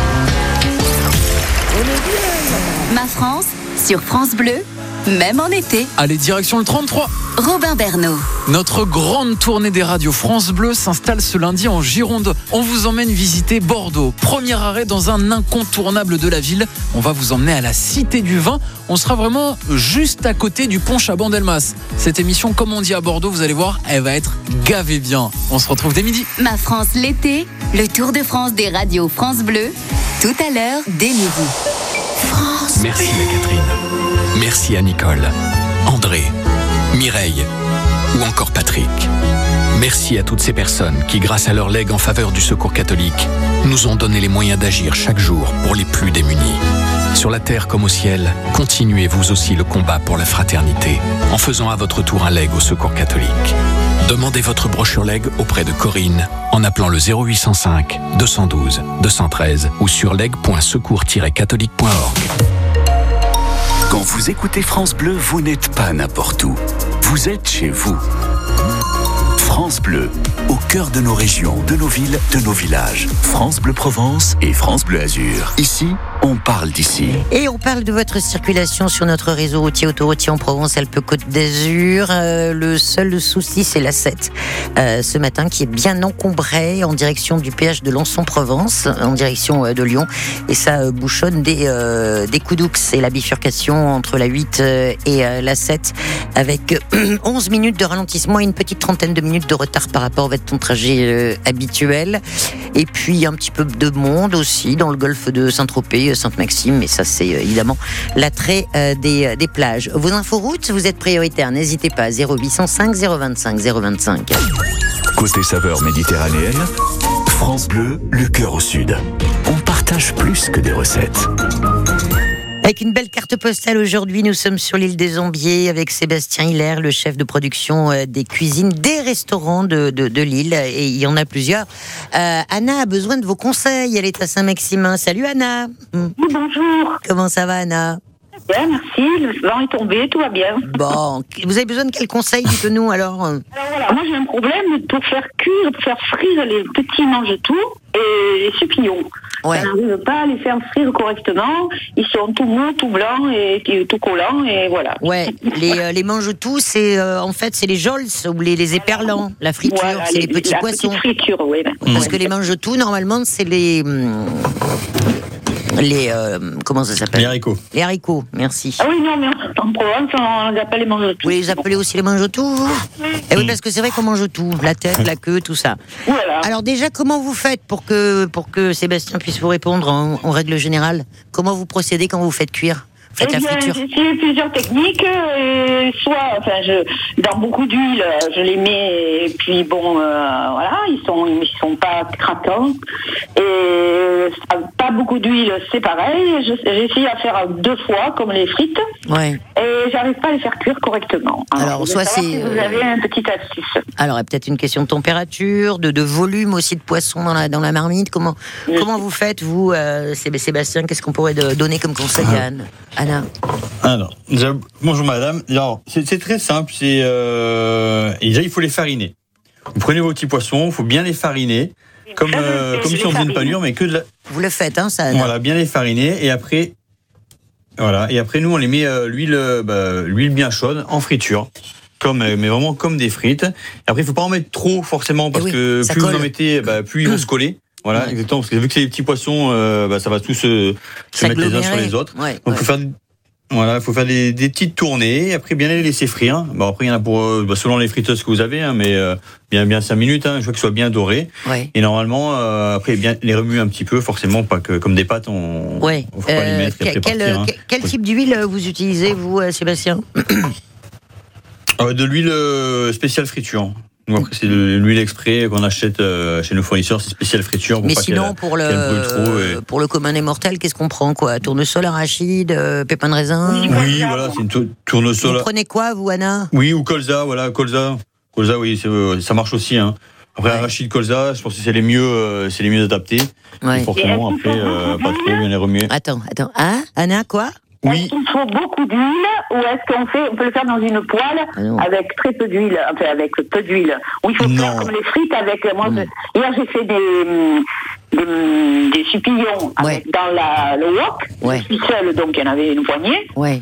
Ma France, sur France Bleu, même en été. Allez, direction le trente-trois. Robin Bernot. Notre grande tournée des radios France Bleu s'installe ce lundi en Gironde. On vous emmène visiter Bordeaux. Premier arrêt dans un incontournable de la ville. On va vous emmener à la Cité du Vin. On sera vraiment juste à côté du pont Chaban-Delmas. Cette émission, comme on dit à Bordeaux, vous allez voir, elle va être gavée bien. On se retrouve dès midi. Ma France l'été, le Tour de France des radios France Bleu, tout à l'heure dès midi. France Merci à Catherine. Merci à Nicole, André, Mireille ou encore Patrick. Merci à toutes ces personnes qui, grâce à leur legs en faveur du Secours catholique, nous ont donné les moyens d'agir chaque jour pour les plus démunis. Sur la terre comme au ciel, continuez vous aussi le combat pour la fraternité en faisant à votre tour un leg au Secours catholique. Demandez votre brochure leg auprès de Corinne en appelant le zéro huit cent cinq, deux cent douze, deux cent treize ou sur leg point secours tiret catholique point org. Quand vous écoutez France Bleu, vous n'êtes pas n'importe où. Vous êtes chez vous. France Bleu, au cœur de nos régions, de nos villes, de nos villages. France Bleu Provence et France Bleu Azur. Ici, on parle d'ici. Et on parle de votre circulation sur notre réseau routier autoroutier en Provence-Alpes-Côte d'Azur. Euh, le seul souci, c'est l'A sept. Euh, ce matin, qui est bien encombré en direction du péage de Lançon-Provence, en direction euh, de Lyon. Et ça euh, bouchonne des, euh, des coups d'oux. C'est la bifurcation entre la huit euh, et euh, la sept, avec euh, onze minutes de ralentissement et une petite trentaine de minutes de retard par rapport à votre trajet euh, habituel. Et puis un petit peu de monde aussi dans le golfe de Saint-Tropez, Sainte-Maxime, mais ça c'est euh, évidemment l'attrait euh, des, des plages. Vos inforoutes, vous êtes prioritaires, n'hésitez pas, zéro huit cent cinq, zéro vingt-cinq, zéro vingt-cinq. Côté saveurs méditerranéennes, France Bleu, le cœur au sud. On partage plus que des recettes. Avec une belle carte postale aujourd'hui, nous sommes sur l'île des Ambiers avec Sébastien Hilaire, le chef de production des cuisines des restaurants de, de, de l'île, et il y en a plusieurs. Euh, Anna a besoin de vos conseils, elle est à Saint-Maximin. Salut Anna. Oui, bonjour. Comment ça va Anna? Bien, merci, le vent est tombé, tout va bien. Bon, vous avez besoin de quels conseils, dites-nous alors? Alors voilà, moi j'ai un problème pour faire cuire, pour faire frire les petits mange-tout et les supplions. Ouais. Je n'arrive pas à les faire frire correctement, ils sont tout mous, tout blancs et, et tout collants et voilà. Ouais, les, euh, les mange-tout, c'est euh, en fait c'est les jols ou les, les éperlants, la friture, Voilà, c'est les, les petits la poissons. petite friture, oui. Parce que les mange-tout, normalement, c'est les... Hum, les... Euh, comment ça s'appelle? Les haricots. Les haricots, merci. Ah oui, non, mais en Provence, on les appelle les mange-tout. Vous les appelez aussi les mange-tout, vous? Eh oui, parce que c'est vrai qu'on mange tout, la tête, la queue, tout ça. Voilà. Alors déjà, comment vous faites pour que, pour que Sébastien puisse vous répondre en, en règle générale? Comment vous procédez quand vous faites cuire? Faites Eh la bien, friture. j'ai essayé plusieurs techniques. Et soit, enfin, je, dans beaucoup d'huile, je les mets, et puis bon, euh, voilà, ils sont, ils sont pas craquants. Et pas beaucoup d'huile, c'est pareil. Je- J'ai essayé à faire deux fois, comme les frites, Ouais. et j'arrive pas à les faire cuire correctement. Alors, je soit voulais savoir c'est, si vous euh, avez une petite astuce. Alors, il y a peut-être une question de température, de, de volume aussi de poisson dans la, dans la marmite. Comment, Oui. comment vous faites, vous, euh, Sé- Sébastien? Qu'est-ce qu'on pourrait de- donner comme conseil à Anne? Anna? Alors, déjà, bonjour madame. Alors, c'est c'est très simple. C'est euh, et déjà, il faut les fariner. Vous prenez vos petits poissons, il faut bien les fariner. comme, euh, comme si on faisait une panure, mais que de la... Vous le faites, hein, ça Anna. Voilà, bien les fariner, et après, voilà, et après nous, on les met euh, l'huile, bah, l'huile bien chaude en friture. Comme, mais vraiment comme des frites. Et après, il ne faut pas en mettre trop, forcément, parce oui, que plus colle. Vous en mettez, bah, plus ils vont se coller. Voilà, ouais. Exactement, parce que vu que c'est des petits poissons, euh, bah, ça va tous se, se mettre les uns sur les autres. Ouais, Donc, il ouais. faut faire, voilà, faut faire des, des petites tournées, et après, bien les laisser frire. Bon, après, il y en a pour, bah, selon les friteuses que vous avez, hein, mais euh, bien, bien cinq minutes, hein, je veux qu'ils soient bien dorés. Ouais. Et normalement, euh, après, bien les remuer un petit peu, forcément, pas que comme des pâtes, on ne ouais. faut pas euh, les mettre. Quel, quel, partir, hein. quel type d'huile vous utilisez, vous, Sébastien? Euh, de l'huile euh, spéciale friture. Nous, après, c'est de l'huile exprès qu'on achète euh, chez nos fournisseurs, c'est spéciale friture. Pour Mais pas sinon, pour le, et... pour le commun des mortels, qu'est-ce qu'on prend, quoi? Tournesol, arachide, euh, pépins de raisin? Oui, voilà, c'est une tou- tournesol. Vous prenez quoi, vous, Anna? Oui, ou colza, voilà, colza. Colza, oui, c'est, ça marche aussi. Hein. Après, ouais. arachide, colza, je pense que c'est les mieux, euh, c'est les mieux adaptés. Ouais. Et forcément, après, euh, pas trop bien les remuer. Attends, attends. Hein, Anna, quoi? Oui. Est-ce qu'il faut beaucoup d'huile ou est-ce qu'on fait, on peut le faire dans une poêle ah avec très peu d'huile, enfin avec peu d'huile. Ou il faut non. faire comme les frites avec. Moi, mmh. je, hier j'ai fait des des, des supillons ouais. avec, dans la, le wok. Ouais. Je suis seule, donc il y en avait une poignée. Ouais.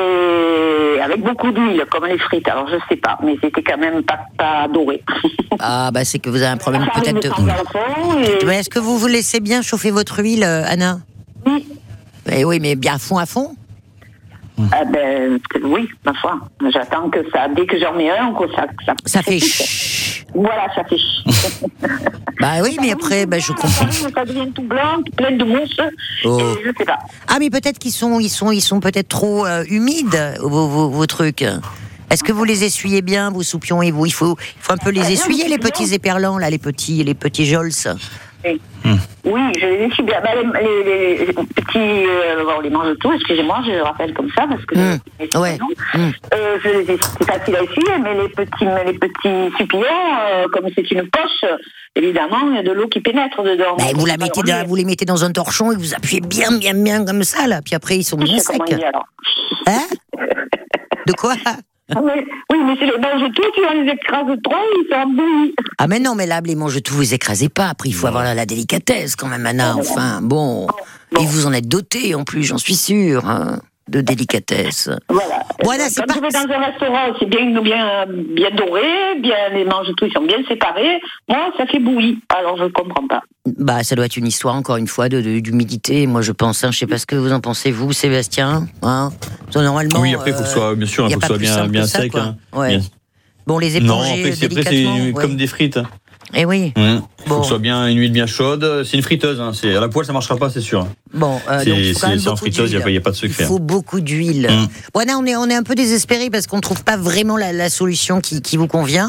Et avec beaucoup d'huile, comme les frites. Alors je sais pas, mais c'était quand même pas, pas doré. Ah bah c'est que vous avez un problème ça peut-être. De... Et... Mais est-ce que vous vous laissez bien chauffer votre huile, Anna? Oui. Eh oui, mais bien à fond, à fond. Ah ben, oui, ma foi. J'attends que ça, dès que j'en mets un, que ça, ça, ça fait chut. Voilà, ça fait chut. Bah oui, mais après, bah, je comprends. Ça devient tout blanc, plein de mousse. Oh. Et je sais pas. Ah, mais peut-être qu'ils sont, ils sont, ils sont peut-être trop euh, humides, vos, vos, vos trucs. Est-ce que vous les essuyez bien, vos soupions et vous? Il faut, il faut un peu les essuyer, les petits éperlants, là, les petits, les petits jols. Oui. Hum. Oui, je les essuie bien. Bah, les, les, les petits, euh, bon, on les mange tous, excusez-moi, je les rappelle comme ça, parce que mmh. je, ouais. mmh. euh, je les essuie, c'est facile à essuyer, mais les petits, les petits supillons, euh, comme c'est une poche, évidemment, il y a de l'eau qui pénètre dedans. Bah, vous, la mettez dans, vous les mettez dans un torchon et vous appuyez bien, bien, bien comme ça, là, puis après ils sont bien secs. Dit, alors. Hein? De quoi? Ah oui, oui, mais c'est les mange-tout, tu en les écrases trop, ils sont embouillis. Ah mais non, mais là, les mange-tout, vous les écrasez pas. Après, il faut avoir la, la délicatesse quand même, Anna. Enfin, bon. bon. Et vous en êtes doté en plus, j'en suis sûre, hein, de délicatesse. Voilà. Voilà, c'est Quand pas... je vais dans un restaurant, c'est bien, bien, bien doré, bien, les mange-tout, ils sont bien séparés. Moi, ça fait bouilli, alors je comprends pas. Bah, ça doit être une histoire, encore une fois, de, de, d'humidité, moi je pense. Hein. Je sais pas ce que vous en pensez, vous, Sébastien. Hein, normalement, oui, après, il faut que ce soit, bien sûr, il faut que ce soit bien, bien sec. Ça, hein. Ouais. Bien. Bon, les éponger non, après, c'est, après, c'est ouais. comme des frites. Eh oui. Il mmh. faut bon. que ce soit bien une huile bien chaude. C'est une friteuse. Hein. C'est, à la poêle, ça ne marchera pas, c'est sûr. Bon, euh, c'est, donc, il faut c'est, c'est en friteuse, il n'y a, a pas de secret. Il faut beaucoup d'huile. Mmh. Bon, là, on est, on est un peu désespérés parce qu'on ne trouve pas vraiment la, la solution qui, qui vous convient.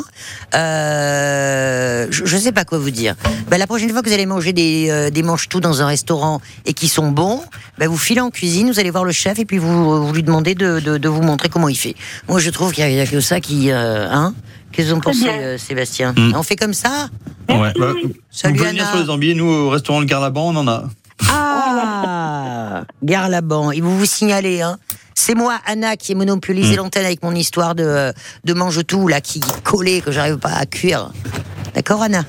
Euh, je ne sais pas quoi vous dire. Ben, la prochaine fois que vous allez manger des, euh, des mange-tout dans un restaurant et qui sont bons, ben, vous filez en cuisine, vous allez voir le chef et puis vous, vous lui demandez de, de, de vous montrer comment il fait. Moi, je trouve qu'il n'y a, a que ça qui... Euh, hein Qu'est-ce que vous en pensez, euh, Sébastien? mmh. On fait comme ça? Ouais. Bah, Salut, vous pouvez venir sur les Ambiers, nous au restaurant Le Garlaban, on en a. Ah, Garlaban, et vous vous signalez, hein. C'est moi, Anna, qui ai monopolisé mmh. l'antenne avec mon histoire de, de mange-tout, là, qui collait, que j'arrive pas à cuire. D'accord, Anna?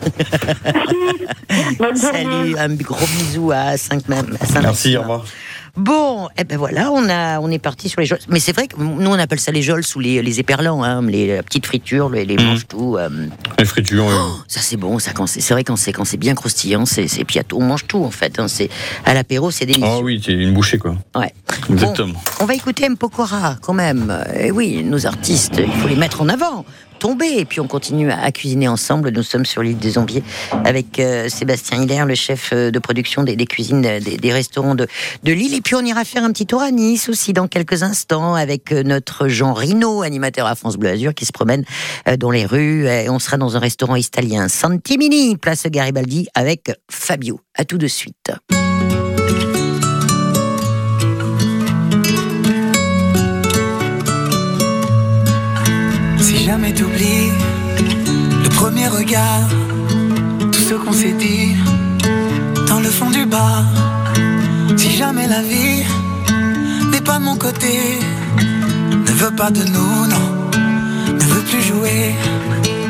Salut, un gros bisou à cinq même. Merci, au revoir. Bon, eh ben voilà, on a, on est parti sur les jols. Mais c'est vrai que nous on appelle ça les jols ou les, les éperlants, hein, les petites fritures, les, les mmh. mange-tout. Euh... Les fritures. Oh, oui. Ça c'est bon, ça quand c'est, c'est vrai quand c'est quand c'est bien croustillant, c'est, c'est puis on mange tout en fait. Hein, c'est à l'apéro, c'est délicieux. Ah oui, c'est une bouchée quoi. Ouais. Exactement. Bon, on va écouter Mpokora quand même. Et oui, nos artistes, il faut les mettre en avant. Tomber et puis on continue à, à cuisiner ensemble. Nous sommes sur l'île des Ambiers avec euh, Sébastien Hilaire, le chef euh, de production des, des cuisines des, des restaurants de, de l'île. Et puis on ira faire un petit tour à Nice aussi dans quelques instants avec euh, notre Jean Rino, animateur à France Bleu Azur, qui se promène euh, dans les rues. Et on sera dans un restaurant italien, Santimini, place Garibaldi, avec Fabio. À tout de suite. Si jamais t'oublies le premier regard, tout ce qu'on s'est dit dans le fond du bar. Si jamais la vie n'est pas de mon côté, ne veut pas de nous, non, ne veut plus jouer.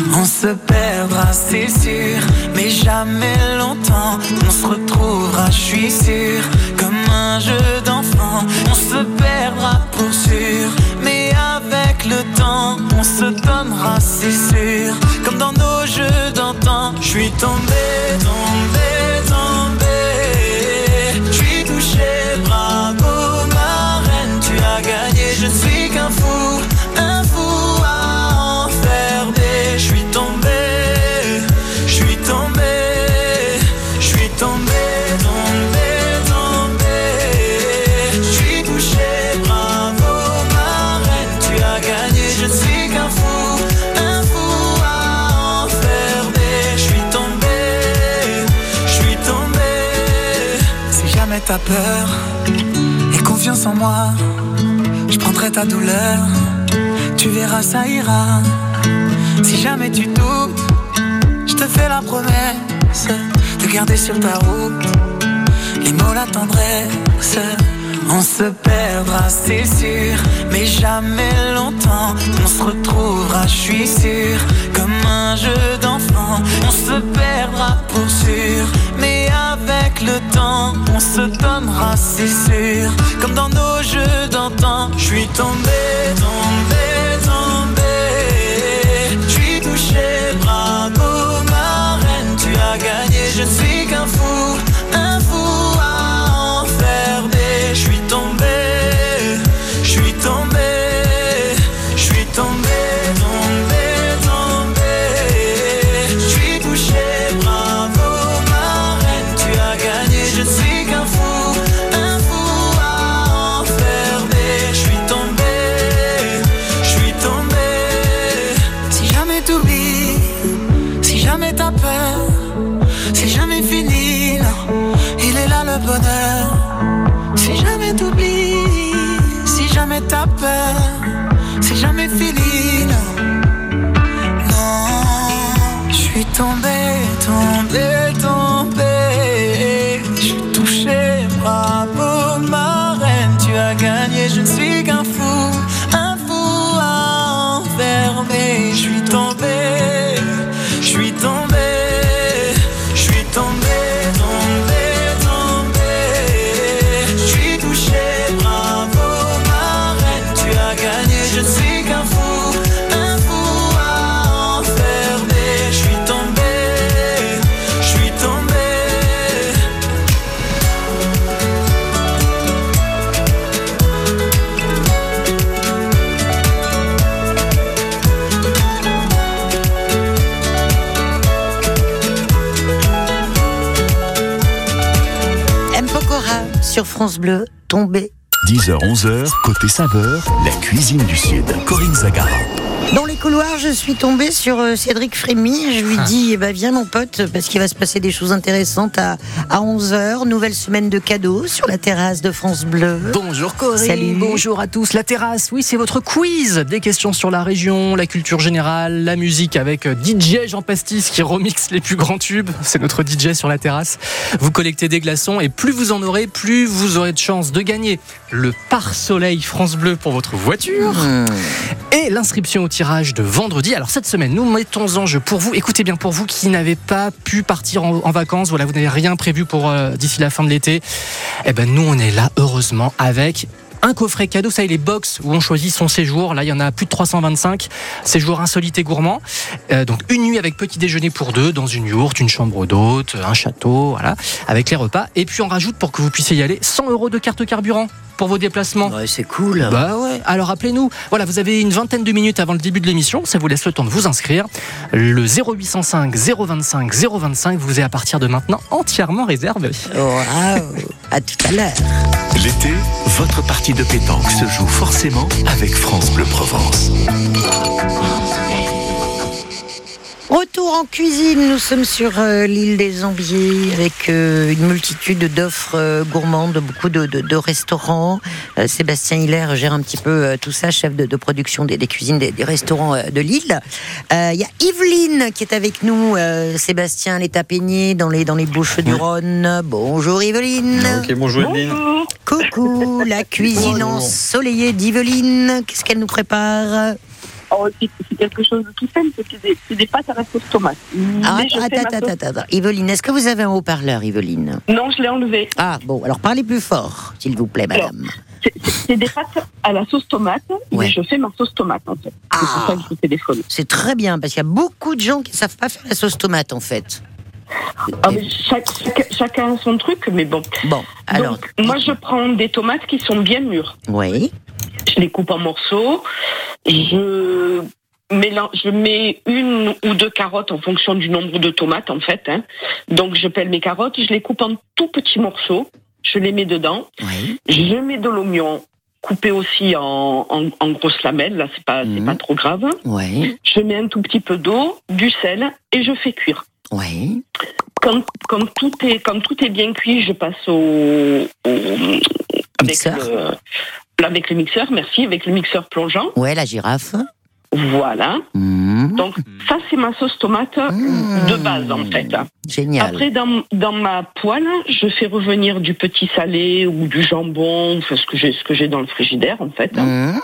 On se perdra, c'est sûr, mais jamais longtemps. On se retrouvera, je suis sûr, comme un jeu d'enfant. On se perdra pour sûr, mais avec le temps, on se donnera, c'est sûr, comme dans nos jeux d'antan. Je suis tombé, tombé, tombé. Je suis touché, bravo ma reine, tu as gagné. Je ne suis qu'un fou, un fou à enfermer. Je suis tombé, je suis tombé, je suis tombé, tombé, tombé. Je suis touché, bravo ma reine, tu as gagné. Je ne suis qu'un fou, un fou à enfermer. Je suis tombé, je suis tombé. Si jamais t'as peur et confiance en moi, je prendrai ta douleur, tu verras ça ira. Si jamais tu doutes, je te fais la promesse de garder sur ta route les mots, la tendresse. On se perdra, c'est sûr, mais jamais longtemps. On se retrouvera, je suis sûr, comme un jeu d'enfant. On se perdra pour sûr, mais avec le temps, on se donnera, c'est sûr, comme dans nos jeux d'antan. Je suis tombé, tombé, tombé. Je suis touché, bravo ma reine, tu as gagné. Je ne suis qu'un fou, un fou à enfermer. Je suis tombé, je suis tombé, je suis tombé, tombé, tombé. Je suis touché, bravo ma reine, tu as gagné. Je ne suis qu'un fou, un fou à enfermer. Je suis tombé, je suis tombé. Si jamais t'oublies, si jamais t'as peur, c'est jamais fini, non, il est là le bonheur. Si jamais t'oublies, si jamais t'as peur, c'est jamais fini, non, non. Je suis tombé, tombé, tombé. Je suis touché, bravo ma reine, tu as gagné. Je ne suis qu'un fou, un fou à enfermer. Je suis tombé, je suis tombé, je suis tombé. Je suis qu'un fou, un fou à enfermer. Je suis tombé, je suis tombé. M. Pokora sur France Bleu, tombé. dix heures onze heures, côté saveur, la cuisine du Sud. Corinne Zagara. Dans les couloirs, je suis tombée sur euh, Cédric Frémy. Je lui Ah. dis, eh ben, viens mon pote, parce qu'il va se passer des choses intéressantes à, à onze heures. Nouvelle semaine de cadeaux sur la terrasse de France Bleu. Bonjour Corinne, Salut. bonjour à tous. La terrasse, oui, c'est votre quiz. Des questions sur la région, la culture générale, la musique avec D J Jean Pastis qui remixe les plus grands tubes. C'est notre D J sur la terrasse. Vous collectez des glaçons et plus vous en aurez, plus vous aurez de chances de gagner le pare-soleil France Bleu pour votre voiture. Mmh. Et l'inscription au tirage de vendredi. Alors cette semaine, nous mettons en jeu pour vous, écoutez bien, pour vous qui n'avez pas pu partir en, en vacances, voilà, vous n'avez rien prévu pour euh, d'ici la fin de l'été, eh ben nous on est là heureusement avec un coffret cadeau, ça y est, les box où on choisit son séjour. Là, il y en a plus de trois cent vingt-cinq. Séjour insolite et gourmand. Euh, donc, une nuit avec petit déjeuner pour deux dans une yourte, une chambre d'hôte, un château, voilà, avec les repas. Et puis, on rajoute pour que vous puissiez y aller cent euros de carte carburant pour vos déplacements. Ouais, c'est cool. Bah ouais. Alors, appelez-nous. Voilà, vous avez une vingtaine de minutes avant le début de l'émission. Ça vous laisse le temps de vous inscrire. Le zéro huit cent cinq zéro vingt-cinq zéro vingt-cinq vous est à partir de maintenant entièrement réservé. Waouh. À tout à l'heure. L'été, votre partie de pétanque se joue forcément avec France Bleu Provence. Retour en cuisine, nous sommes sur euh, l'île des Ambiers avec euh, une multitude d'offres euh, gourmandes, beaucoup de, de, de restaurants. Euh, Sébastien Hiller gère un petit peu euh, tout ça, chef de, de production des, des cuisines des, des restaurants euh, de l'île. Il euh, y a Yveline qui est avec nous, euh, Sébastien, elle est à Peigné dans les, dans les Bouches-du-Rhône. Bonjour Yveline. Ok, bonjour Yveline. Coucou, la cuisine Bonjour. ensoleillée d'Yveline. Qu'est-ce qu'elle nous prépare ? Oh, c'est, c'est quelque chose de tout simple, c'est des, c'est des pâtes à la sauce tomate. Ah, Mais je attends, fais ma attends, sauce- attends, attends. Evelyne, est-ce que vous avez un haut-parleur, Evelyne? Non, je l'ai enlevé. Ah, bon, alors parlez plus fort, s'il vous plaît, madame. C'est, c'est- c'est des pâtes à la sauce tomate, mais je fais ma sauce tomate, en fait. C'est pour ça que je vous téléphone. C'est très bien, parce qu'il y a beaucoup de gens qui ne savent pas faire la sauce tomate, en fait. Ah, mais chaque- chaque- chacun a son truc, mais bon. Bon, alors. Donc, moi, je prends des tomates qui sont bien mûres. Oui. Je les coupe en morceaux. Je mélange, je mets une ou deux carottes en fonction du nombre de tomates, en fait. Hein. Donc, je pèle mes carottes, je les coupe en tout petits morceaux. Je les mets dedans. Oui. Je mets de l'oignon coupé aussi en, en, en grosses lamelles. Là, c'est pas, c'est pas trop grave. Oui. Je mets un tout petit peu d'eau, du sel et je fais cuire. Oui. Quand, quand, tout est, quand tout est bien cuit, je passe au, au avec, le, avec le mixeur, merci, avec le mixeur plongeant. Ouais, la girafe. Voilà. Mmh. Donc ça, c'est ma sauce tomate de base, en fait. Génial. Après, dans, dans ma poêle, je fais revenir du petit salé ou du jambon, enfin, ce que j'ai, ce que j'ai dans le frigidaire, en fait. Mmh.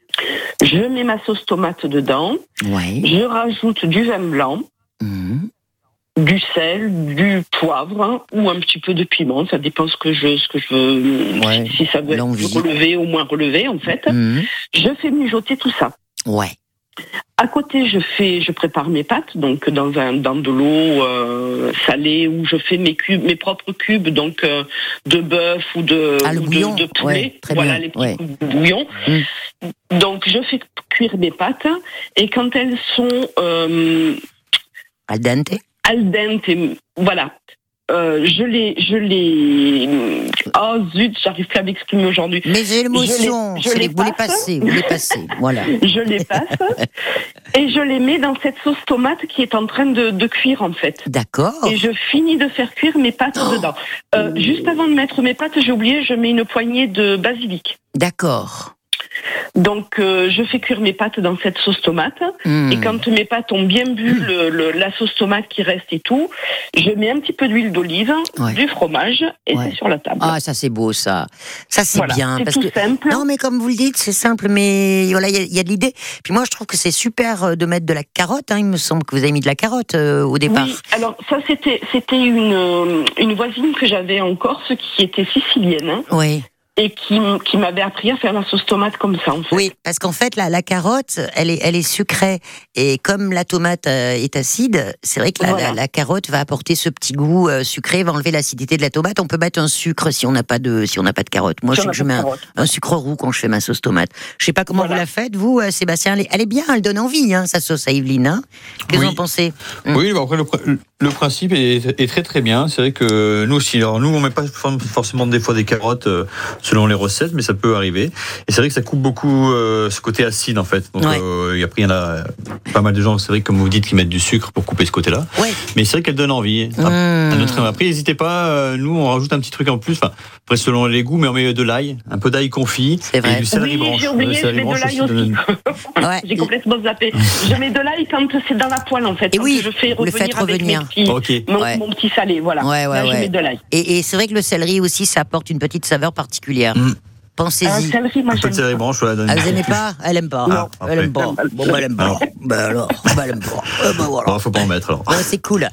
Je mets ma sauce tomate dedans. Ouais. Je rajoute du vin blanc. Mmh. Du sel, du poivre hein, ou un petit peu de piment, ça dépend ce que je, ce que je veux, Ouais, si ça veut être relevé ou moins relevé en fait. Mmh. Je fais mijoter tout ça. Ouais. À côté, je fais, je prépare mes pâtes, donc dans un, dans de l'eau euh, salée où je fais mes cubes, mes propres cubes, donc euh, de bœuf ou de, ah, le ou bouillon. de, de poulet. Ouais, très voilà bien. les petits Ouais. coups de bouillon. Mmh. Donc je fais cuire mes pâtes et quand elles sont euh, al dente. Al dente, voilà. Euh, je les, je les. Oh zut, j'arrive plus à m'exprimer aujourd'hui. Mais j'ai l'émotion. Je les, je C'est les les, vous les passe. passez, vous les passez. Voilà. Je les passe et je les mets dans cette sauce tomate qui est en train de, de cuire en fait. D'accord. Et je finis de faire cuire mes pâtes Oh. dedans. Euh, juste avant de mettre mes pâtes, j'ai oublié, je mets une poignée de basilic. D'accord. Donc, euh, je fais cuire mes pâtes dans cette sauce tomate. Mmh. Et quand mes pâtes ont bien bu le, le, la sauce tomate qui reste et tout, je mets un petit peu d'huile d'olive, Ouais. du fromage, et Ouais. c'est sur la table. Ah, ça c'est beau, ça. Ça c'est Voilà, bien. c'est parce tout que... simple. Non, mais comme vous le dites, c'est simple, mais voilà, il y, a- il y a de l'idée. Puis moi, je trouve que c'est super euh, de mettre de la carotte. Hein. Il me semble que vous avez mis de la carotte euh, au départ. Oui, alors ça, c'était, c'était une, euh, une voisine que j'avais en Corse qui était sicilienne. Hein, Oui. et qui, qui m'avait appris à faire la sauce tomate comme ça, en fait. Oui, parce qu'en fait, la, la carotte, elle est, elle est sucrée. Et comme la tomate euh, est acide, c'est vrai que la, Voilà. la, la carotte va apporter ce petit goût euh, sucré, va enlever l'acidité de la tomate. On peut mettre un sucre si on n'a pas de, si on n'a pas de carotte. Moi, Si je on sais que n'a je pas mets de un, carotte. un sucre roux quand je fais ma sauce tomate. Je sais pas comment Voilà. vous la faites, vous, euh, Sébastien. Elle est, elle est bien, elle donne envie, hein, sa sauce à Evelyne. Hein. Qu'est-ce que Oui. vous en pensez? Oui, bah après le, pr- le principe est, est très très bien. C'est vrai que nous aussi, alors nous on met pas for- forcément des fois des carottes euh, selon les recettes, mais ça peut arriver. Et c'est vrai que ça coupe beaucoup euh, ce côté acide en fait. Donc Ouais. euh, et après il y en a pas mal de gens, c'est vrai comme vous dites, qui mettent du sucre pour couper ce côté-là. Ouais. Mais c'est vrai qu'elle donne envie. Mmh. À notre après, n'hésitez pas. euh, nous on rajoute un petit truc en plus. Enfin, après selon les goûts, mais on met de l'ail, un peu d'ail confit C'est vrai. et du céleri Oui, branche. j'ai oublié, Le je céleri mets de branche l'ail aussi aussi. donne- Ouais. J'ai complètement zappé. Je mets de l'ail quand c'est dans la poêle, en fait. Et quand oui, je fais vous le revenir, faites avec revenir. mes petits- Ok. mon, Ouais. mon petit salé, voilà. Ouais, ouais, Là, je ouais. mets de l'ail. Et, et c'est vrai que le céleri aussi, ça apporte une petite saveur particulière. Mmh. Un Pensez-y. céleri, moi, Un peu de j'aime céleri pas. branche, voilà. donne Ah, une vous aimez petite pas? Elle aime pas. Non, Elle aime après. pas. Bon, bah, elle aime pas. Alors. Ben alors, bah, elle aime pas. Eh ben voilà. Bon, faut pas en mettre alors. Ouais, c'est cool.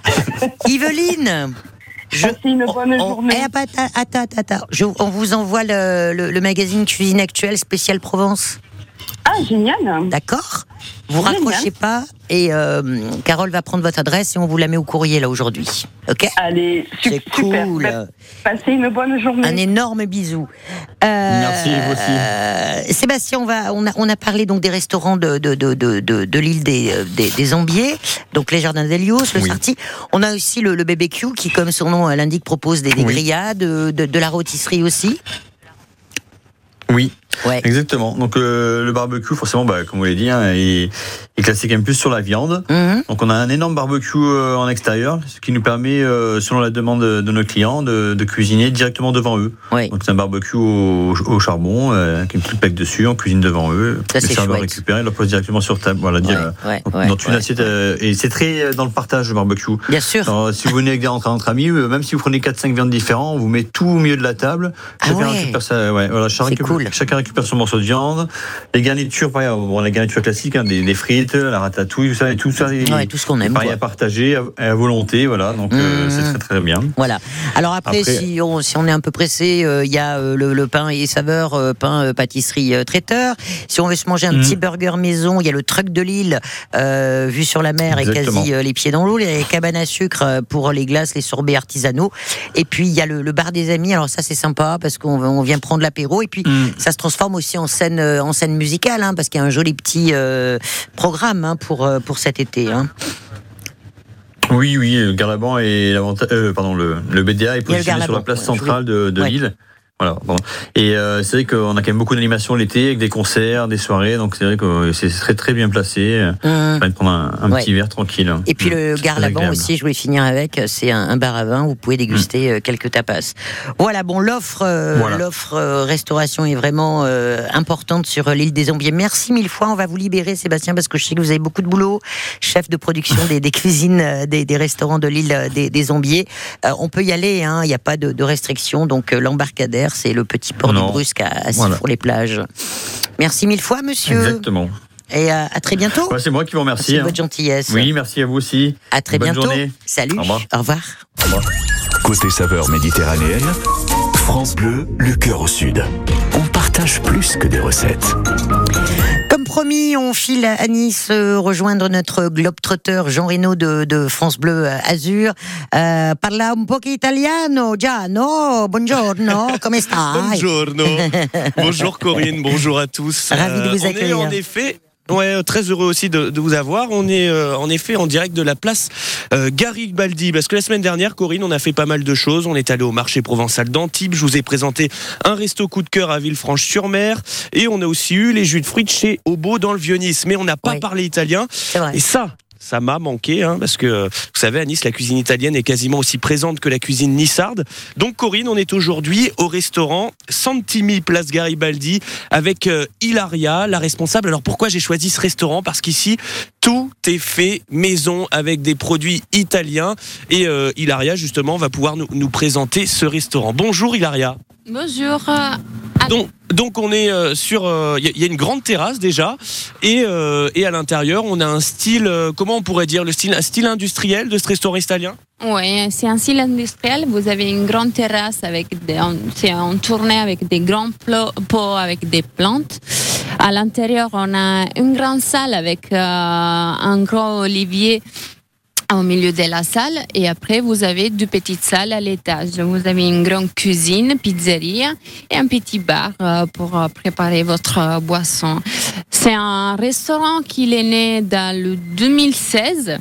Yveline, je, Passez une bonne on- journée. eh, attends, attends, attends, attends. Je- on vous envoie le, le- le magazine Cuisine Actuelle spécial Provence. Ah, génial. D'accord? Vous Génial. raccrochez pas et euh, Carole va prendre votre adresse et on vous la met au courrier là aujourd'hui. Ok? Allez, su- C'est super. cool. Bah, Passez une bonne journée. Un énorme bisou. Merci, vous aussi. euh, Sébastien, on, va, on, a, on a parlé donc des restaurants de, de, de, de, de, de l'île des, des, des Ambiers, donc les Jardins d'Hélios, le Oui. Sarti. On a aussi le, le B B Q qui, comme son nom l'indique, propose des, des Oui. grillades, de, de, de la rôtisserie aussi. Oui, Ouais. exactement. Donc euh, le barbecue, forcément, bah, comme vous l'avez dit, hein, est, est classé quand même plus sur la viande. Mhm. Donc on a un énorme barbecue euh, en extérieur, ce qui nous permet, euh, selon la demande de, de nos clients, de, de cuisiner directement devant eux. Ouais. Donc c'est un barbecue au, au charbon, euh, avec une petite plaque dessus, on cuisine devant eux. Ça, le c'est serveur chouette. récupère, il le pose directement sur table. Voilà, dire, Ouais, ouais, donc, ouais, dans une ouais. assiette. euh, et c'est très euh, dans le partage, le barbecue. Bien sûr. Alors, si vous venez avec des- entre, entre amis, euh, même si vous prenez quatre cinq viandes différentes, on vous met tout au milieu de la table. Ah Chacun ouais. récupère ça. Ouais, voilà, chacun, C'est récupère, cool. chacun récupère son morceau de viande. Les garnitures, pareil, bon, la garniture classique, hein, des, des frites, la ratatouille, tout ça, et tout ça. Ouais, tout ce qu'on aime. Pareil, à partager, à, à volonté, voilà. Donc mmh. euh, c'est très très bien. Voilà. Alors après, après si, on, si on est un peu pressé, il euh, y a euh, le, le pain et saveur, euh, pain, euh, pâtisserie, euh, traiteur. Si on veut se manger un mmh. petit burger maison, il y a le truc de Lille, euh, vue sur la mer. Exactement. Et quasi euh, les pieds dans l'eau, les cabanes à sucre pour les glaces, les sorbets artisanaux. Et puis il y a le, le bar des amis. Alors ça c'est sympa parce qu'on on vient prendre l'apéro et puis mmh. ça se transforme aussi en scène en scène musicale, hein, parce qu'il y a un joli petit euh, programme hein, pour pour cet été. Hein. Oui, oui, le Garlaban et l'avantage, euh, pardon, le, le B D A est positionné sur la place ouais, centrale de, de ouais. Lille. Voilà, bon. Et euh, c'est vrai qu'on a quand même beaucoup d'animations l'été avec des concerts, des soirées, donc c'est vrai que c'est très très bien placé. Mmh. Ça va prendre un, un ouais. petit verre tranquille. Et puis le Garlaban aussi, je voulais finir avec, c'est un, un bar à vin où vous pouvez déguster mmh. quelques tapas. Voilà, bon, l'offre, euh, voilà. l'offre euh, restauration est vraiment euh, importante sur l'île des Ambiers. Merci mille fois, on va vous libérer, Sébastien, parce que je sais que vous avez beaucoup de boulot, chef de production des, des cuisines des, des restaurants de l'île des, des Ambiers. Euh, on peut y aller, hein, il n'y a pas de, de restrictions, donc euh, l'embarcadère, c'est le petit port non. du Brusque à, à Sifour-les-Plages. Voilà. Merci mille fois, monsieur. Exactement. Et à, à très bientôt. Ouais, c'est moi qui vous remercie. C'est hein. votre gentillesse. Oui, merci à vous aussi. À très Bonne bientôt. Journée. Salut. Au revoir. Au revoir. Au revoir. Côté saveur méditerranéenne, France Bleu, le cœur au sud. On partage plus que des recettes. Comme promis, on file à Nice euh, rejoindre notre globetrotter Jean Reno de, de France Bleu Azur. Euh, parla un po' italiano, Giano. Buongiorno, come stai? Buongiorno. Bonjour Corinne, bonjour à tous. Ravi de vous euh, accueillir. On est en effet... Ouais, très heureux aussi de, de vous avoir. On est euh, en effet en direct de la place euh, Garibaldi, parce que la semaine dernière, Corinne, on a fait pas mal de choses. On est allé au marché provençal d'Antibes. Je vous ai présenté un resto coup de cœur à Villefranche-sur-Mer, et on a aussi eu les jus de fruits de chez Obo dans le Vieux-Nice. Mais on n'a pas oui. parlé italien. C'est vrai. Et ça. Ça m'a manqué, hein, parce que, vous savez, à Nice, la cuisine italienne est quasiment aussi présente que la cuisine nissarde. Donc, Corinne, on est aujourd'hui au restaurant Santimi, place Garibaldi, avec euh, Hilaria, la responsable. Alors, pourquoi j'ai choisi ce restaurant ? Parce qu'ici, tout est fait maison avec des produits italiens. Et euh, Hilaria, justement, va pouvoir nous, nous présenter ce restaurant. Bonjour, Hilaria. Bonjour. Donc, donc on est euh, sur, il euh, y, y a une grande terrasse déjà, et, euh, et à l'intérieur on a un style, euh, comment on pourrait dire, le style, un style industriel de ce restaurant italien. Oui, c'est un style industriel. Vous avez une grande terrasse avec des, c'est entourné avec des grands pots avec des plantes. À l'intérieur, on a une grande salle avec euh, un grand olivier au milieu de la salle, et après vous avez deux petites salles à l'étage. Vous avez une grande cuisine, pizzeria, et un petit bar pour préparer votre boisson. C'est un restaurant qui est né dans le deux mille seize.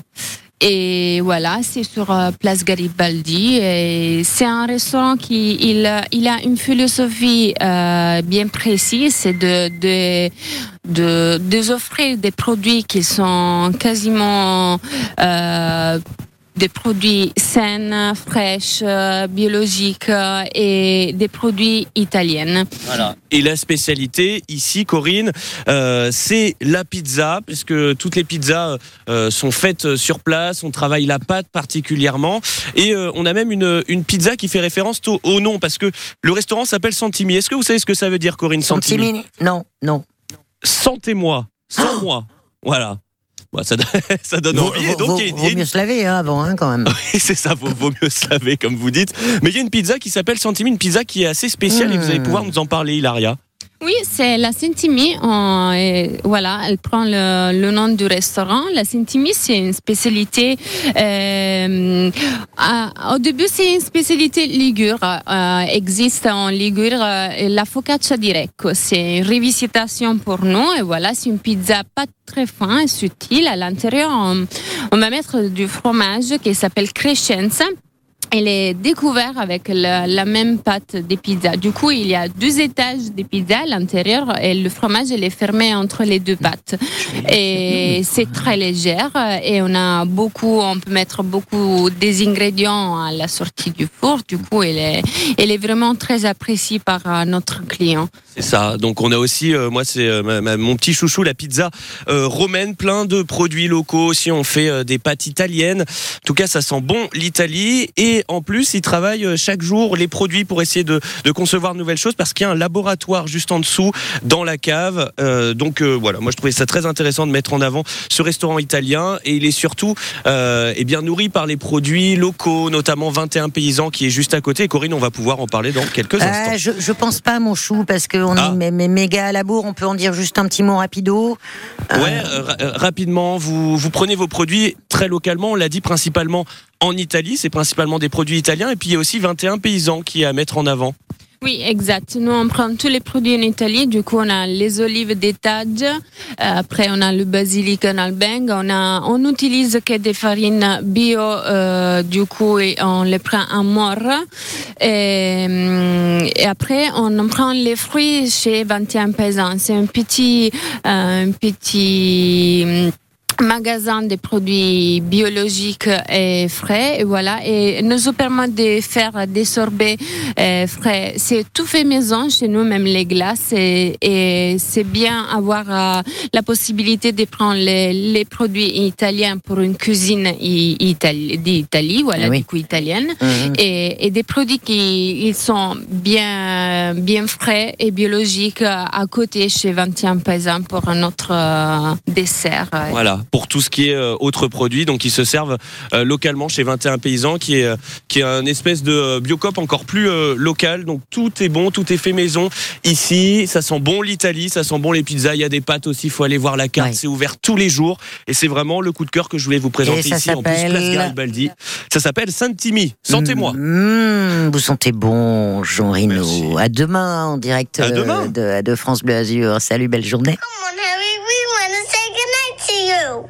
Et voilà, c'est sur place Garibaldi. Et c'est un restaurant qui il, il a une philosophie euh, bien précise, c'est de, de, de, de offrir des produits qui sont quasiment euh, des produits sains, fraîches, biologiques et des produits italiens. Voilà. Et la spécialité ici, Corinne, euh, c'est la pizza, puisque toutes les pizzas euh, sont faites sur place. On travaille la pâte particulièrement, et euh, on a même une, une pizza qui fait référence au, au nom, parce que le restaurant s'appelle Santimi. Est-ce que vous savez ce que ça veut dire, Corinne, Santimi ? Santimi ? Non, non. Sentez-moi, sans oh moi. Voilà. Bah, ça, ça donne vaut, envie. Vaut, donc, vaut, il y a, vaut mieux se laver hein, avant, hein, quand même. Oui, c'est ça, vaut, vaut mieux se laver, comme vous dites. Mais il y a une pizza qui s'appelle Santimi, une pizza qui est assez spéciale, mmh. et vous allez pouvoir nous en parler, Hilaria. Oui, c'est la Santimi. On, et, voilà, elle prend le, le nom du restaurant. La Santimi, c'est une spécialité. Euh, à, au début, c'est une spécialité ligure. Euh, existe en Ligure euh, la focaccia di Recco. C'est une revisitation pour nous. Et voilà, c'est une pizza pas très fin et subtile. À l'intérieur, on, on va mettre du fromage qui s'appelle Crescenza. Elle est découverte avec la, la même pâte des pizzas. Du coup, il y a deux étages de pizzas à l'intérieur, et le fromage il est fermé entre les deux pâtes. Et c'est très léger, et on a beaucoup, on peut mettre beaucoup des ingrédients à la sortie du four. Du coup, elle est, elle est vraiment très appréciée par notre client. C'est ça. Donc on a aussi, euh, moi c'est euh, ma, ma, mon petit chouchou, la pizza euh, romaine, plein de produits locaux. Aussi on fait euh, des pâtes italiennes. En tout cas, ça sent bon l'Italie. Et Et en plus, ils travaillent chaque jour les produits pour essayer de, de concevoir de nouvelles choses parce qu'il y a un laboratoire juste en dessous dans la cave. Euh, donc euh, voilà, moi je trouvais ça très intéressant de mettre en avant ce restaurant italien et il est surtout euh, eh bien nourri par les produits locaux, notamment vingt et un paysans qui est juste à côté. Et Corinne, on va pouvoir en parler dans quelques euh, instants. Je, je pense pas, mon chou, parce qu'on ah. est mé- méga à la bourre. On peut en dire juste un petit mot rapido. Euh... Ouais, euh, ra- rapidement, vous, vous prenez vos produits très localement, on l'a dit principalement en Italie, c'est principalement des produits italiens et puis il y a aussi vingt et un paysans qui est à mettre en avant. Oui, exact. Nous, on prend tous les produits en Italie. Du coup, on a les olives d'étage. Après, on a le basilic, on a le beng. On a, on utilise que des farines bio. Euh, du coup, et on les prend en mort. Et, et après, on prend les fruits chez vingt et un paysans. C'est un petit, un petit magasin de produits biologiques et frais, et voilà, et nous permet de faire des sorbets euh, frais. C'est tout fait maison chez nous, même les glaces, et, et c'est bien avoir euh, la possibilité de prendre les, les produits italiens pour une cuisine itali- d'Italie, voilà, oui. Du coup italienne, mmh. et, et des produits qui ils sont bien, bien frais et biologiques à côté chez vingt et un paysans pour notre euh, dessert. Voilà. Pour tout ce qui est euh, autres produits, donc ils se servent euh, localement chez vingt et un paysans, qui est, euh, qui est un espèce de euh, Biocop encore plus euh, local. Donc tout est bon, tout est fait maison. Ici, ça sent bon l'Italie, ça sent bon les pizzas. Il y a des pâtes aussi. Il faut aller voir la carte. Ouais. C'est ouvert tous les jours et c'est vraiment le coup de cœur que je voulais vous présenter ici. S'appelle... En plus, place Garibaldi. Ça s'appelle Saint-Timi. Sentez-moi. Mmh, vous sentez bon, Jean Reno. Merci. À demain en direct à demain. De, de France Bleu Azur. Salut, belle journée. Come on, Harry, we want to say goodnight to you.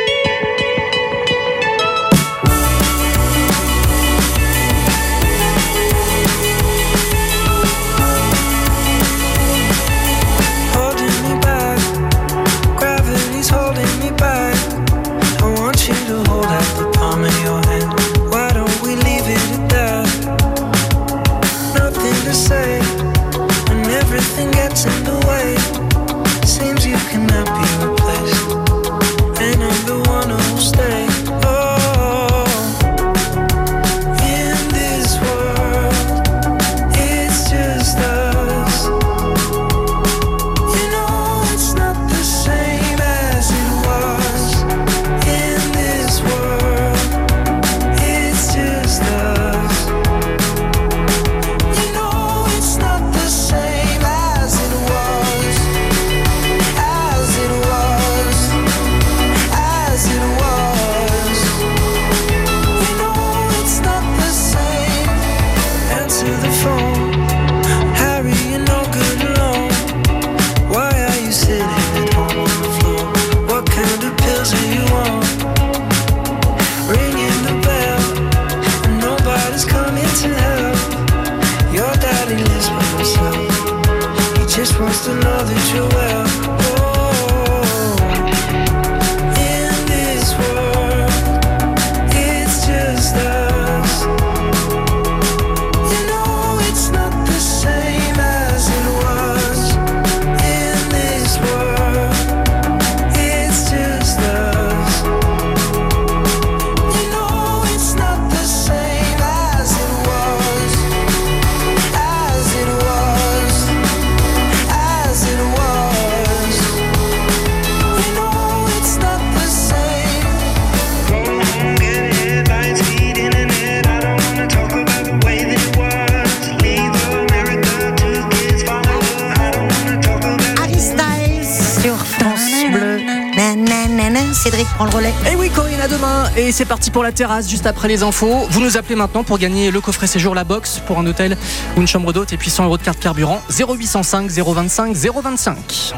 Cédric prend le relais. Et oui, Corinne, à demain. Et c'est parti pour la terrasse juste après les infos. Vous nous appelez maintenant pour gagner le coffret séjour La Box pour un hôtel ou une chambre d'hôte et puis cent euros de carte carburant. zéro huit cent cinq zéro vingt-cinq zéro vingt-cinq.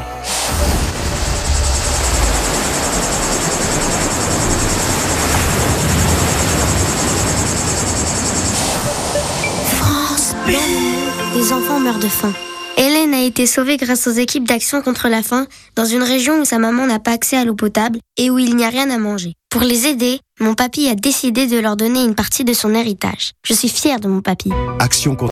France Bleu. Les enfants meurent de faim. Hélène a été sauvée grâce aux équipes d'action contre la faim dans une région où sa maman n'a pas accès à l'eau potable et où il n'y a rien à manger. Pour les aider, mon papy a décidé de leur donner une partie de son héritage. Je suis fière de mon papy. Action contre